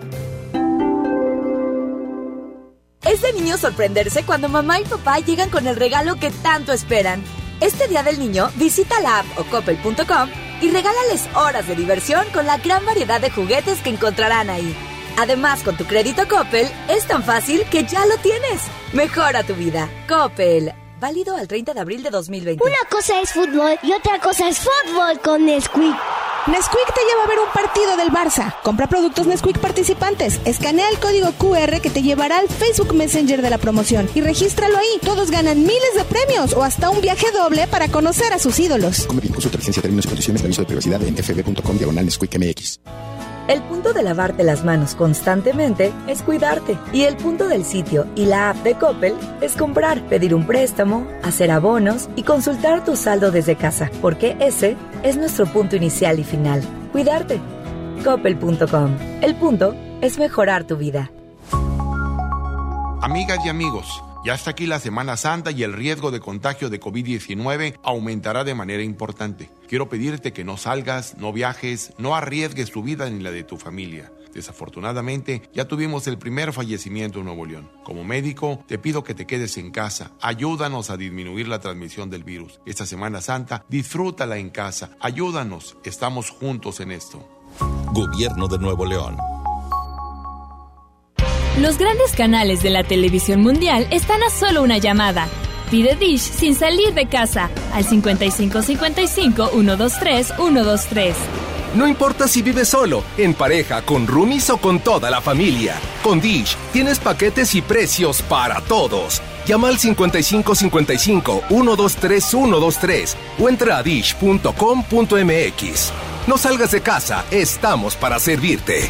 Es de niño sorprenderse cuando mamá y papá llegan con el regalo que tanto esperan. Este Día del Niño, visita la app o coppel punto com y regálales horas de diversión con la gran variedad de juguetes que encontrarán ahí. Además, con tu crédito Coppel, es tan fácil que ya lo tienes. Mejora tu vida. Coppel. Válido al treinta de abril de dos mil veinte. Una cosa es fútbol y otra cosa es fútbol con Nesquik. Nesquik te lleva a ver un partido del Barça. Compra productos Nesquik participantes. Escanea el código Q R que te llevará al Facebook Messenger de la promoción y regístralo ahí. Todos ganan miles de premios o hasta un viaje doble para conocer a sus ídolos. Consulta licencia, términos y condiciones de aviso de privacidad en f b punto com diagonal Nesquik M X. El punto de lavarte las manos constantemente es cuidarte. Y el punto del sitio y la app de Coppel es comprar, pedir un préstamo, hacer abonos y consultar tu saldo desde casa, porque ese es nuestro punto inicial y final. Cuidarte. Coppel punto com. El punto es mejorar tu vida. Amigas y amigos, ya está aquí la Semana Santa y el riesgo de contagio de covid diecinueve aumentará de manera importante. Quiero pedirte que no salgas, no viajes, no arriesgues tu vida ni la de tu familia. Desafortunadamente, ya tuvimos el primer fallecimiento en Nuevo León. Como médico, te pido que te quedes en casa. Ayúdanos a disminuir la transmisión del virus. Esta Semana Santa, disfrútala en casa. Ayúdanos, estamos juntos en esto. Gobierno de Nuevo León. Los grandes canales de la televisión mundial están a solo una llamada. Pide Dish sin salir de casa al cincuenta y cinco cincuenta y cinco, ciento veintitrés, ciento veintitrés. No importa si vives solo, en pareja, con roomies o con toda la familia. Con Dish tienes paquetes y precios para todos. Llama al cincuenta y cinco cincuenta y cinco, ciento veintitrés, ciento veintitrés o entra a dish punto com punto m x. No salgas de casa, estamos para servirte.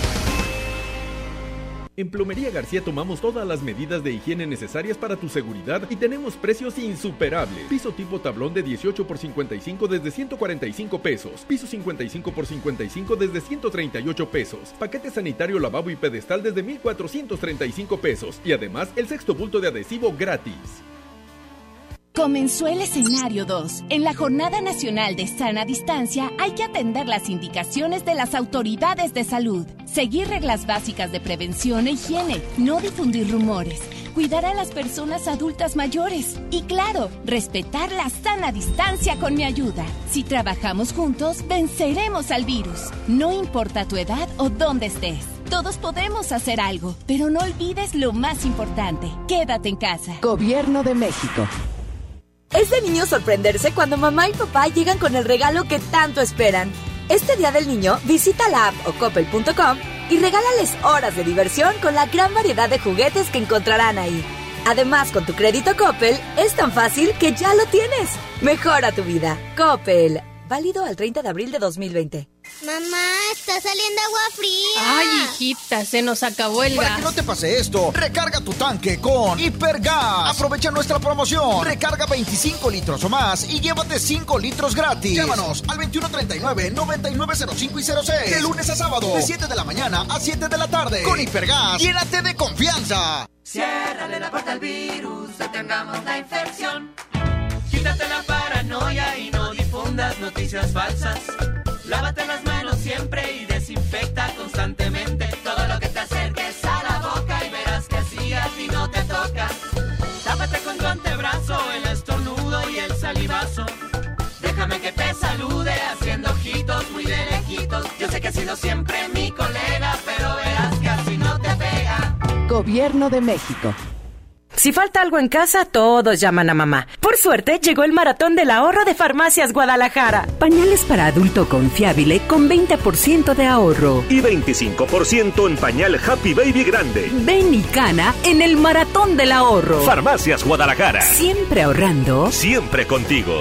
En Plomería García tomamos todas las medidas de higiene necesarias para tu seguridad y tenemos precios insuperables. Piso tipo tablón de dieciocho por cincuenta y cinco desde ciento cuarenta y cinco pesos. Piso cincuenta y cinco por cincuenta y cinco desde ciento treinta y ocho pesos. Paquete sanitario, lavabo y pedestal desde mil cuatrocientos treinta y cinco pesos. Y además el sexto bulto de adhesivo gratis. Comenzó el escenario dos. En la Jornada Nacional de Sana Distancia hay que atender las indicaciones de las autoridades de salud, seguir reglas básicas de prevención e higiene, no difundir rumores, cuidar a las personas adultas mayores y, claro, respetar la sana distancia con mi ayuda. Si trabajamos juntos, venceremos al virus. No importa tu edad o dónde estés. Todos podemos hacer algo, pero no olvides lo más importante. Quédate en casa. Gobierno de México. Es de niño sorprenderse cuando mamá y papá llegan con el regalo que tanto esperan. Este Día del Niño, visita la app o coppel punto com y regálales horas de diversión con la gran variedad de juguetes que encontrarán ahí. Además, con tu crédito Coppel, es tan fácil que ya lo tienes. Mejora tu vida. Coppel. Válido al treinta de abril de dos mil veinte. Mamá, está saliendo agua fría. Ay, hijita, se nos acabó el Para gas. que no te pase esto, recarga tu tanque con Hipergas. Aprovecha nuestra promoción. Recarga veinticinco litros o más y llévate cinco litros gratis. Llámanos al veintiuno treinta y nueve, noventa y nueve cero cinco y cero seis. De lunes a sábado, de siete de la mañana a siete de la tarde. Con Hipergas, llénate de confianza. Ciérrale la puerta al virus, detengamos la infección. Quítate la paranoia y no difundas noticias falsas. Lávate las manos siempre y desinfecta constantemente todo lo que te acerques a la boca y verás que así a ti no te toca. Tápate con tu antebrazo el estornudo y el salivazo. Déjame que te salude haciendo ojitos muy de lejitos. Yo sé que has sido siempre mi colega, pero verás que así no te pega. Gobierno de México. Si falta algo en casa, todos llaman a mamá. Por suerte, llegó el maratón del ahorro de Farmacias Guadalajara. Pañales para adulto confiable con veinte por ciento de ahorro. Y veinticinco por ciento en pañal Happy Baby grande. Ven y cana en el maratón del ahorro. Farmacias Guadalajara. Siempre ahorrando. Siempre contigo.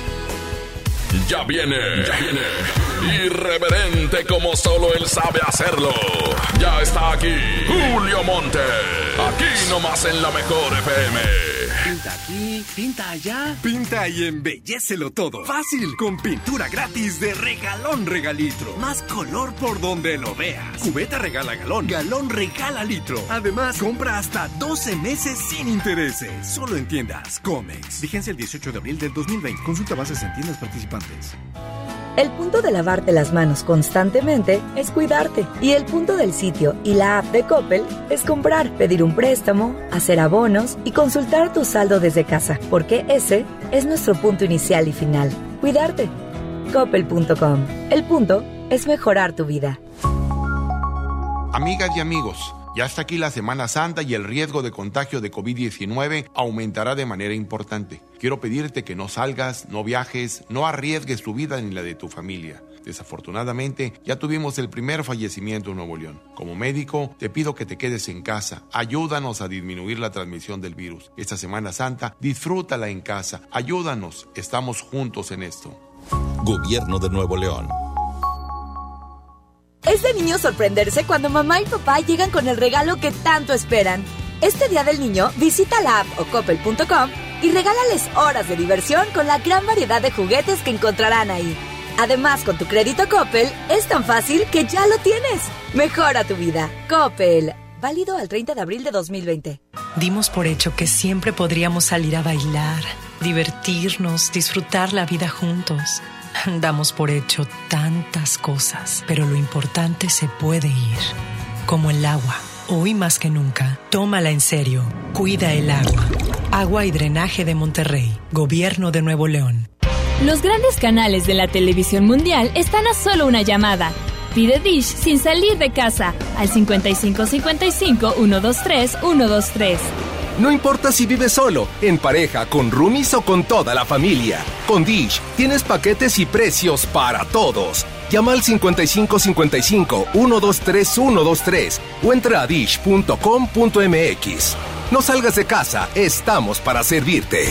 Ya viene, ya viene. Irreverente como solo él sabe hacerlo. Ya está aquí Julio Monte. Aquí nomás en la mejor F M. Pinta aquí, pinta allá. Pinta y embellécelo todo. Fácil, con pintura gratis de Regalón Regalitro. Más color por donde lo veas. Cubeta regala galón, galón regala litro. Además, compra hasta doce meses sin intereses. Solo en tiendas Comex. Vigencia el dieciocho de abril del dos mil veinte. Consulta bases en tiendas participantes. El punto de lavarte las manos constantemente es cuidarte. Y el punto del sitio y la app de Coppel es comprar, pedir un préstamo, hacer abonos y consultar tu saldo desde casa. Porque ese es nuestro punto inicial y final. Cuidarte. coppel punto com. El punto es mejorar tu vida. Amigas y amigos, ya está aquí la Semana Santa y el riesgo de contagio de covid diecinueve aumentará de manera importante. Quiero pedirte que no salgas, no viajes, no arriesgues tu vida ni la de tu familia. Desafortunadamente, ya tuvimos el primer fallecimiento en Nuevo León. Como médico, te pido que te quedes en casa. Ayúdanos a disminuir la transmisión del virus. Esta Semana Santa, disfrútala en casa. Ayúdanos, estamos juntos en esto. Gobierno de Nuevo León. Es de niño sorprenderse cuando mamá y papá llegan con el regalo que tanto esperan. Este Día del Niño, visita la app o coppel punto com y regálales horas de diversión con la gran variedad de juguetes que encontrarán ahí. Además, con tu crédito Coppel, es tan fácil que ya lo tienes. Mejora tu vida. Coppel. Válido al treinta de abril de dos mil veinte. Dimos por hecho que siempre podríamos salir a bailar, divertirnos, disfrutar la vida juntos. Damos por hecho tantas cosas, pero lo importante se puede ir, como el agua. Hoy más que nunca, tómala en serio. Cuida el agua. Agua y Drenaje de Monterrey. Gobierno de Nuevo León. Los grandes canales de la televisión mundial están a solo una llamada. Pide Dish sin salir de casa al cincuenta y cinco cincuenta y cinco, ciento veintitrés, ciento veintitrés. No importa si vives solo, en pareja, con roomies o con toda la familia. Con Dish tienes paquetes y precios para todos. Llama al cincuenta y cinco cincuenta y cinco, ciento veintitrés, ciento veintitrés o entra a dish punto com punto m x. No salgas de casa, estamos para servirte.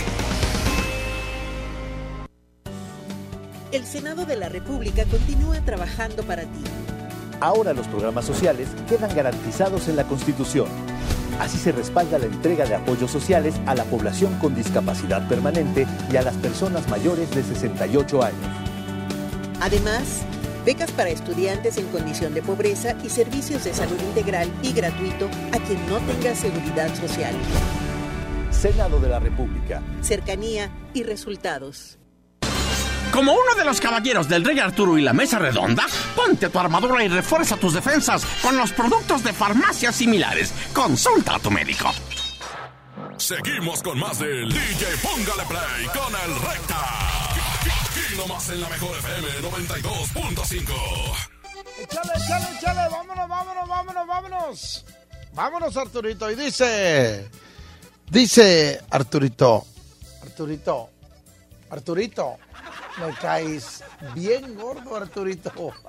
El Senado de la República continúa trabajando para ti. Ahora los programas sociales quedan garantizados en la Constitución. Así se respalda la entrega de apoyos sociales a la población con discapacidad permanente y a las personas mayores de sesenta y ocho años. Además, becas para estudiantes en condición de pobreza y servicios de salud integral y gratuito a quien no tenga seguridad social. Senado de la República. Cercanía y resultados. Como uno de los caballeros del Rey Arturo y la Mesa Redonda, ponte tu armadura y refuerza tus defensas con los productos de farmacias similares. Consulta a tu médico. Seguimos con más del D J Póngale Play con el Recta. Aquí nomás en la mejor F M noventa y dos punto cinco. Échale, échale, échale. Vámonos, vámonos, vámonos, vámonos. Vámonos, Arturito. Y dice... Dice Arturito. Arturito. Arturito. Me caes bien gordo, Arturito.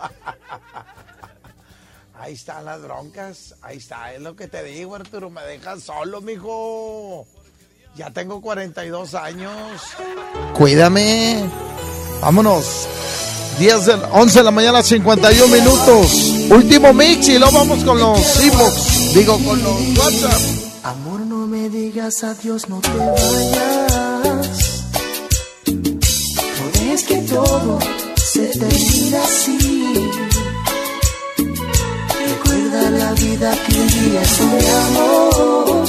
Ahí están las broncas. Ahí está, es lo que te digo, Arturo. Me dejas solo, mijo. Ya tengo cuarenta y dos años. Cuídame. Vámonos. diez de, once de la mañana, cincuenta y uno minutos. Último mix y luego vamos con los inbox. Digo, con los WhatsApp. Amor, no me digas adiós, no te vayas. Es que todo se termina así. Recuerda la vida que un día soñamos.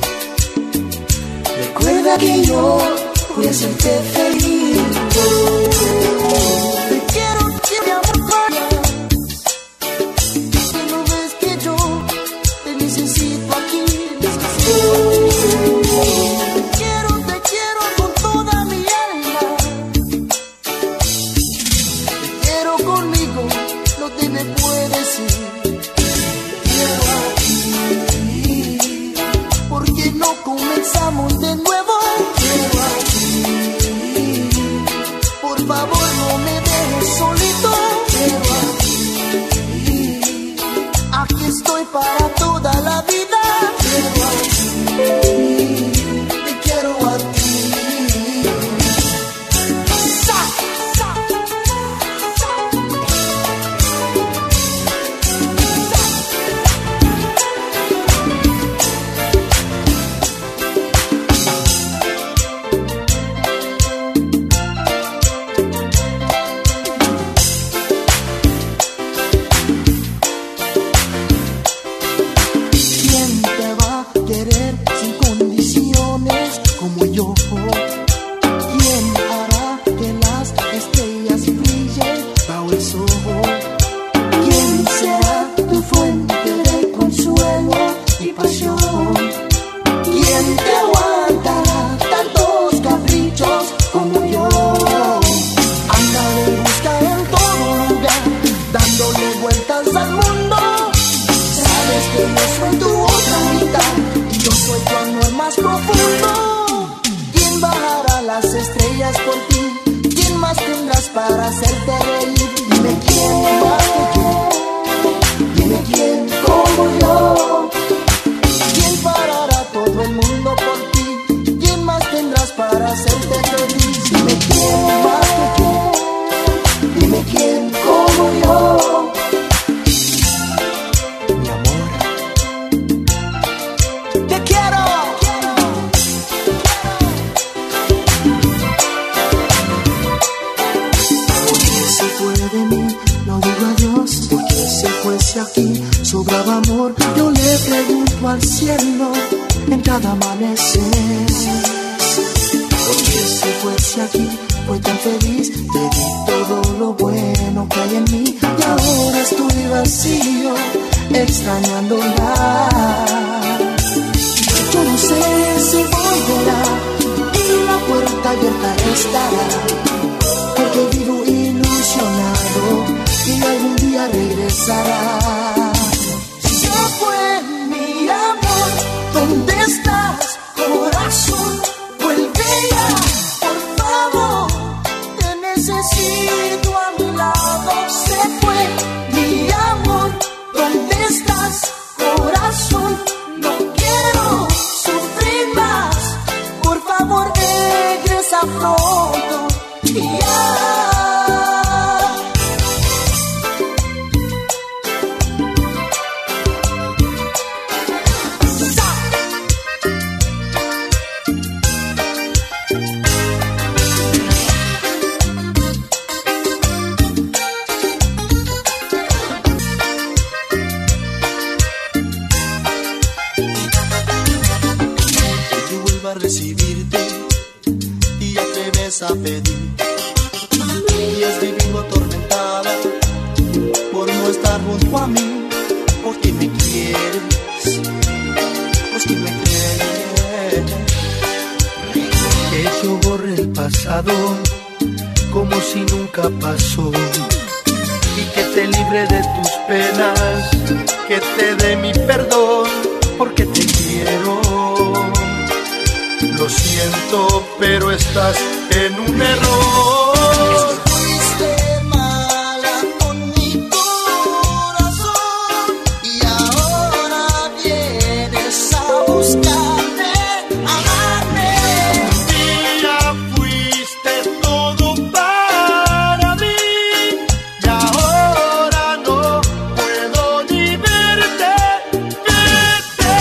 Recuerda que yo voy a hacerte feliz. Te quiero, quiero amor. Que no ves que yo te necesito aquí. Te quiero, te quiero con toda mi alma. Conmigo no te me puedes ir. Quiero a ti, porque no comenzamos de nuevo. Quiero a ti, por favor no me dejes solito. Quiero a ti, aquí estoy para toda la vida. Quiero a ti, te quiero a ti. pasará. Se fue mi amor, ¿dónde estás, corazón? Vuelve ya, por favor, te necesito a mi lado. Se fue mi amor, ¿dónde estás, corazón? No quiero sufrir más, por favor regresa pronto. Yeah. Recibirte y ya te ves a pedir, y has vivido atormentada por no estar junto a mí, porque me quieres, porque me quieres. Que yo borre el pasado como si nunca pasó, y que te libre de tus penas, que te dé mi perdón, porque te quiero. Lo siento, pero estás en un error. Fuiste mala con mi corazón y ahora vienes a buscarme, a amarme. Un día fuiste todo para mí y ahora no puedo ni verte, verte.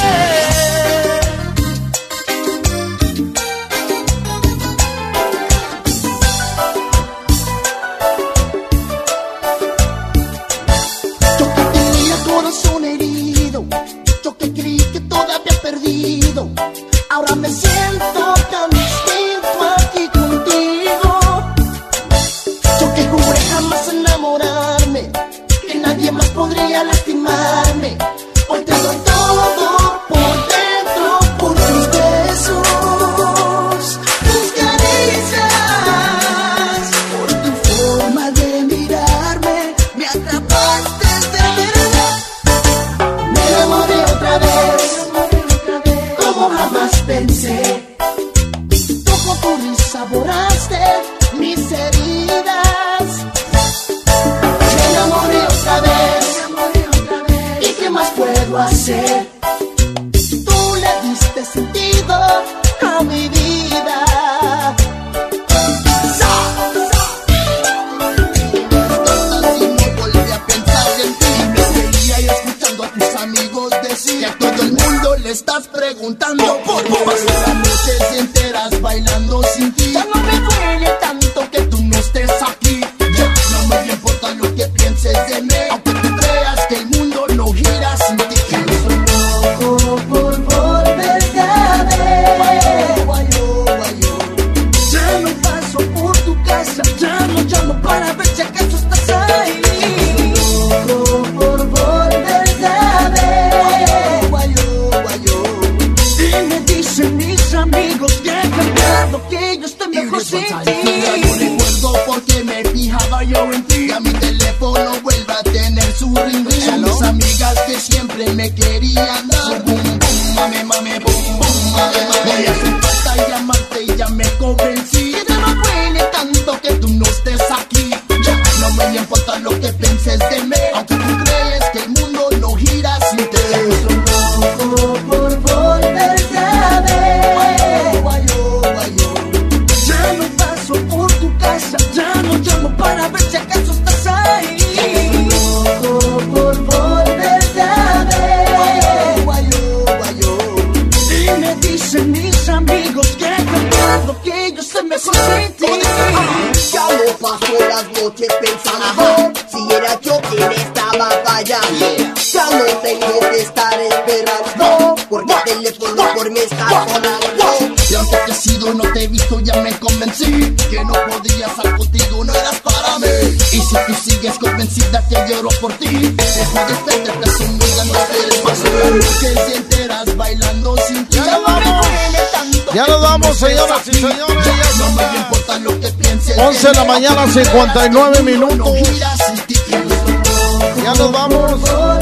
Ahora me siento tan distinto aquí contigo. Yo que juré jamás enamorarme, que nadie más podría lastimarme. Hoy te doy todo por dentro, por tus besos, tus caricias, por tu forma de mirarme. Me atrapaste de verdad. Me enamoré otra vez, jamás pensé. Tú con tu risa borraste mis heridas. Me enamoré otra vez, ¿y qué más puedo hacer? Tú le diste sentido a mi vida. Y no volví a pensar en ti. Me seguía y escuchando a tus amigos decir que a todo el mundo le estás preguntando por qué paso las noches enteras bailando sin ti. Ya no me duele tanto que tú no estés aquí. Ya no me importa lo que pienses de mí, aunque tú creas que el mundo no gira sin ti. Ya no soy loco por volverte a ver. Guayo, guayo. Ya no paso por tu casa, ya no llamo para ver si acaso estás ahí. Loco por volverte a ver. Guayo, guayo. Y me dicen mis amigos que he cambiado, que yo estoy mejor sin ti. Ya no recuerdo porque me fijaba yo en ti. A mi teléfono vuelve a tener su ring ring. Son mis amigas que siempre me querían dar. Boom, boom, mame, mame, boom, boom, mame, mame. Voy a hacer falta llamarte y ya me convencí. Que ya no duele tanto que tú no estés aquí. Ya no me importa lo que pienses de mí, aunque tú crees que el mundo no gira sin ti. Loco por volverte a ver. Guayo, guayo. Ya no paso por tu casa, ya no llamo para ver si acaso estás ahí. Loco por volverte a ver. Guayo, guayo. Y me dicen mis amigos que he cambiado, que yo estoy mejor sin ti. Ya no paso las noches pensando si era yo quien estaba fallando. Ya no tengo que estar esperando porque el teléfono por mí está sonando. Y aunque te he sido, no te he visto, ya me convencí que no podía estar contigo, no eras para mí. Y si tú sigues convencida que lloro por ti, dejo de estarte presumida, no eres más. Noches enteras bailando sin ti. Ya no me duele tanto. Ya nos vamos, señoras y señores. Ya no me importa lo que pienses. once de la mañana, cincuenta y nueve minutos. Ya nos vamos.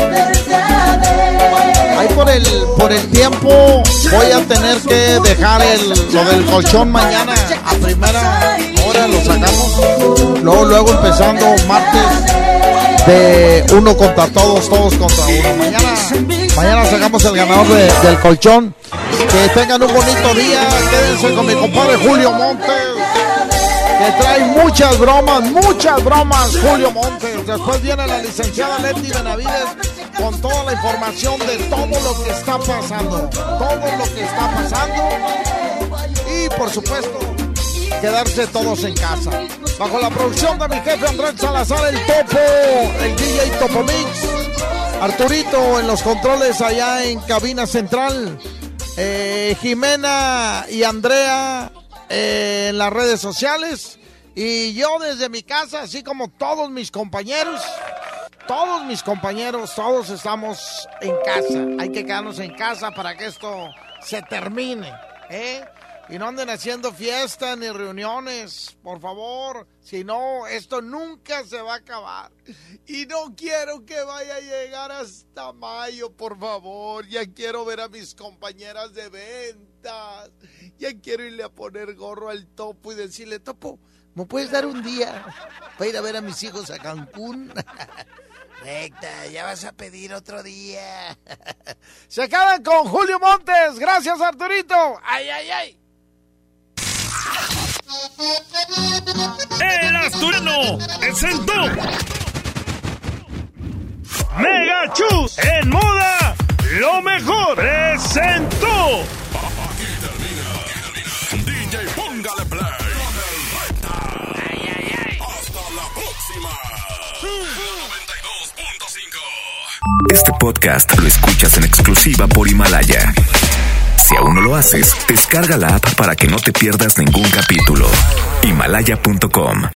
Ahí por el, por el tiempo voy a tener que dejar el, lo del colchón mañana a primera hora, lo sacamos. Luego, luego empezando martes de uno contra todos, todos contra uno. Mañana, mañana sacamos el ganador de, del colchón. Que tengan un bonito día. Quédense con mi compadre Julio Montes, que trae muchas bromas, muchas bromas, Julio Montes. Después viene la licenciada Leti Benavides con toda la información de todo lo que está pasando, todo lo que está pasando. Y por supuesto, quedarse todos en casa. Bajo la producción de mi jefe Andrés Salazar, el Topo, el D J Topo Mix, Arturito en los controles allá en cabina central, eh, Jimena y Andrea eh, en las redes sociales, y yo desde mi casa, así como todos mis compañeros. Todos mis compañeros, todos estamos en casa. Hay que quedarnos en casa para que esto se termine, ¿eh? Y no anden haciendo fiestas ni reuniones, por favor. Si no, esto nunca se va a acabar. Y no quiero que vaya a llegar hasta mayo, por favor. Ya quiero ver a mis compañeras de ventas. Ya quiero irle a poner gorro al Topo y decirle, Topo, ¿me puedes dar un día para ir a ver a mis hijos a Cancún? Recta, ya vas a pedir otro día. Se quedan con Julio Montes. Gracias, Arturito. Ay, ay, ay. El asturiano presentó Mega Chus en moda. Lo mejor presentó. Aquí termina. D J, póngale play. Ay, ay, ay. Hasta la próxima. noventa y dos punto cinco. Este podcast lo escuchas en exclusiva por Himalaya. Si aún no lo haces, descarga la app para que no te pierdas ningún capítulo. Himalaya punto com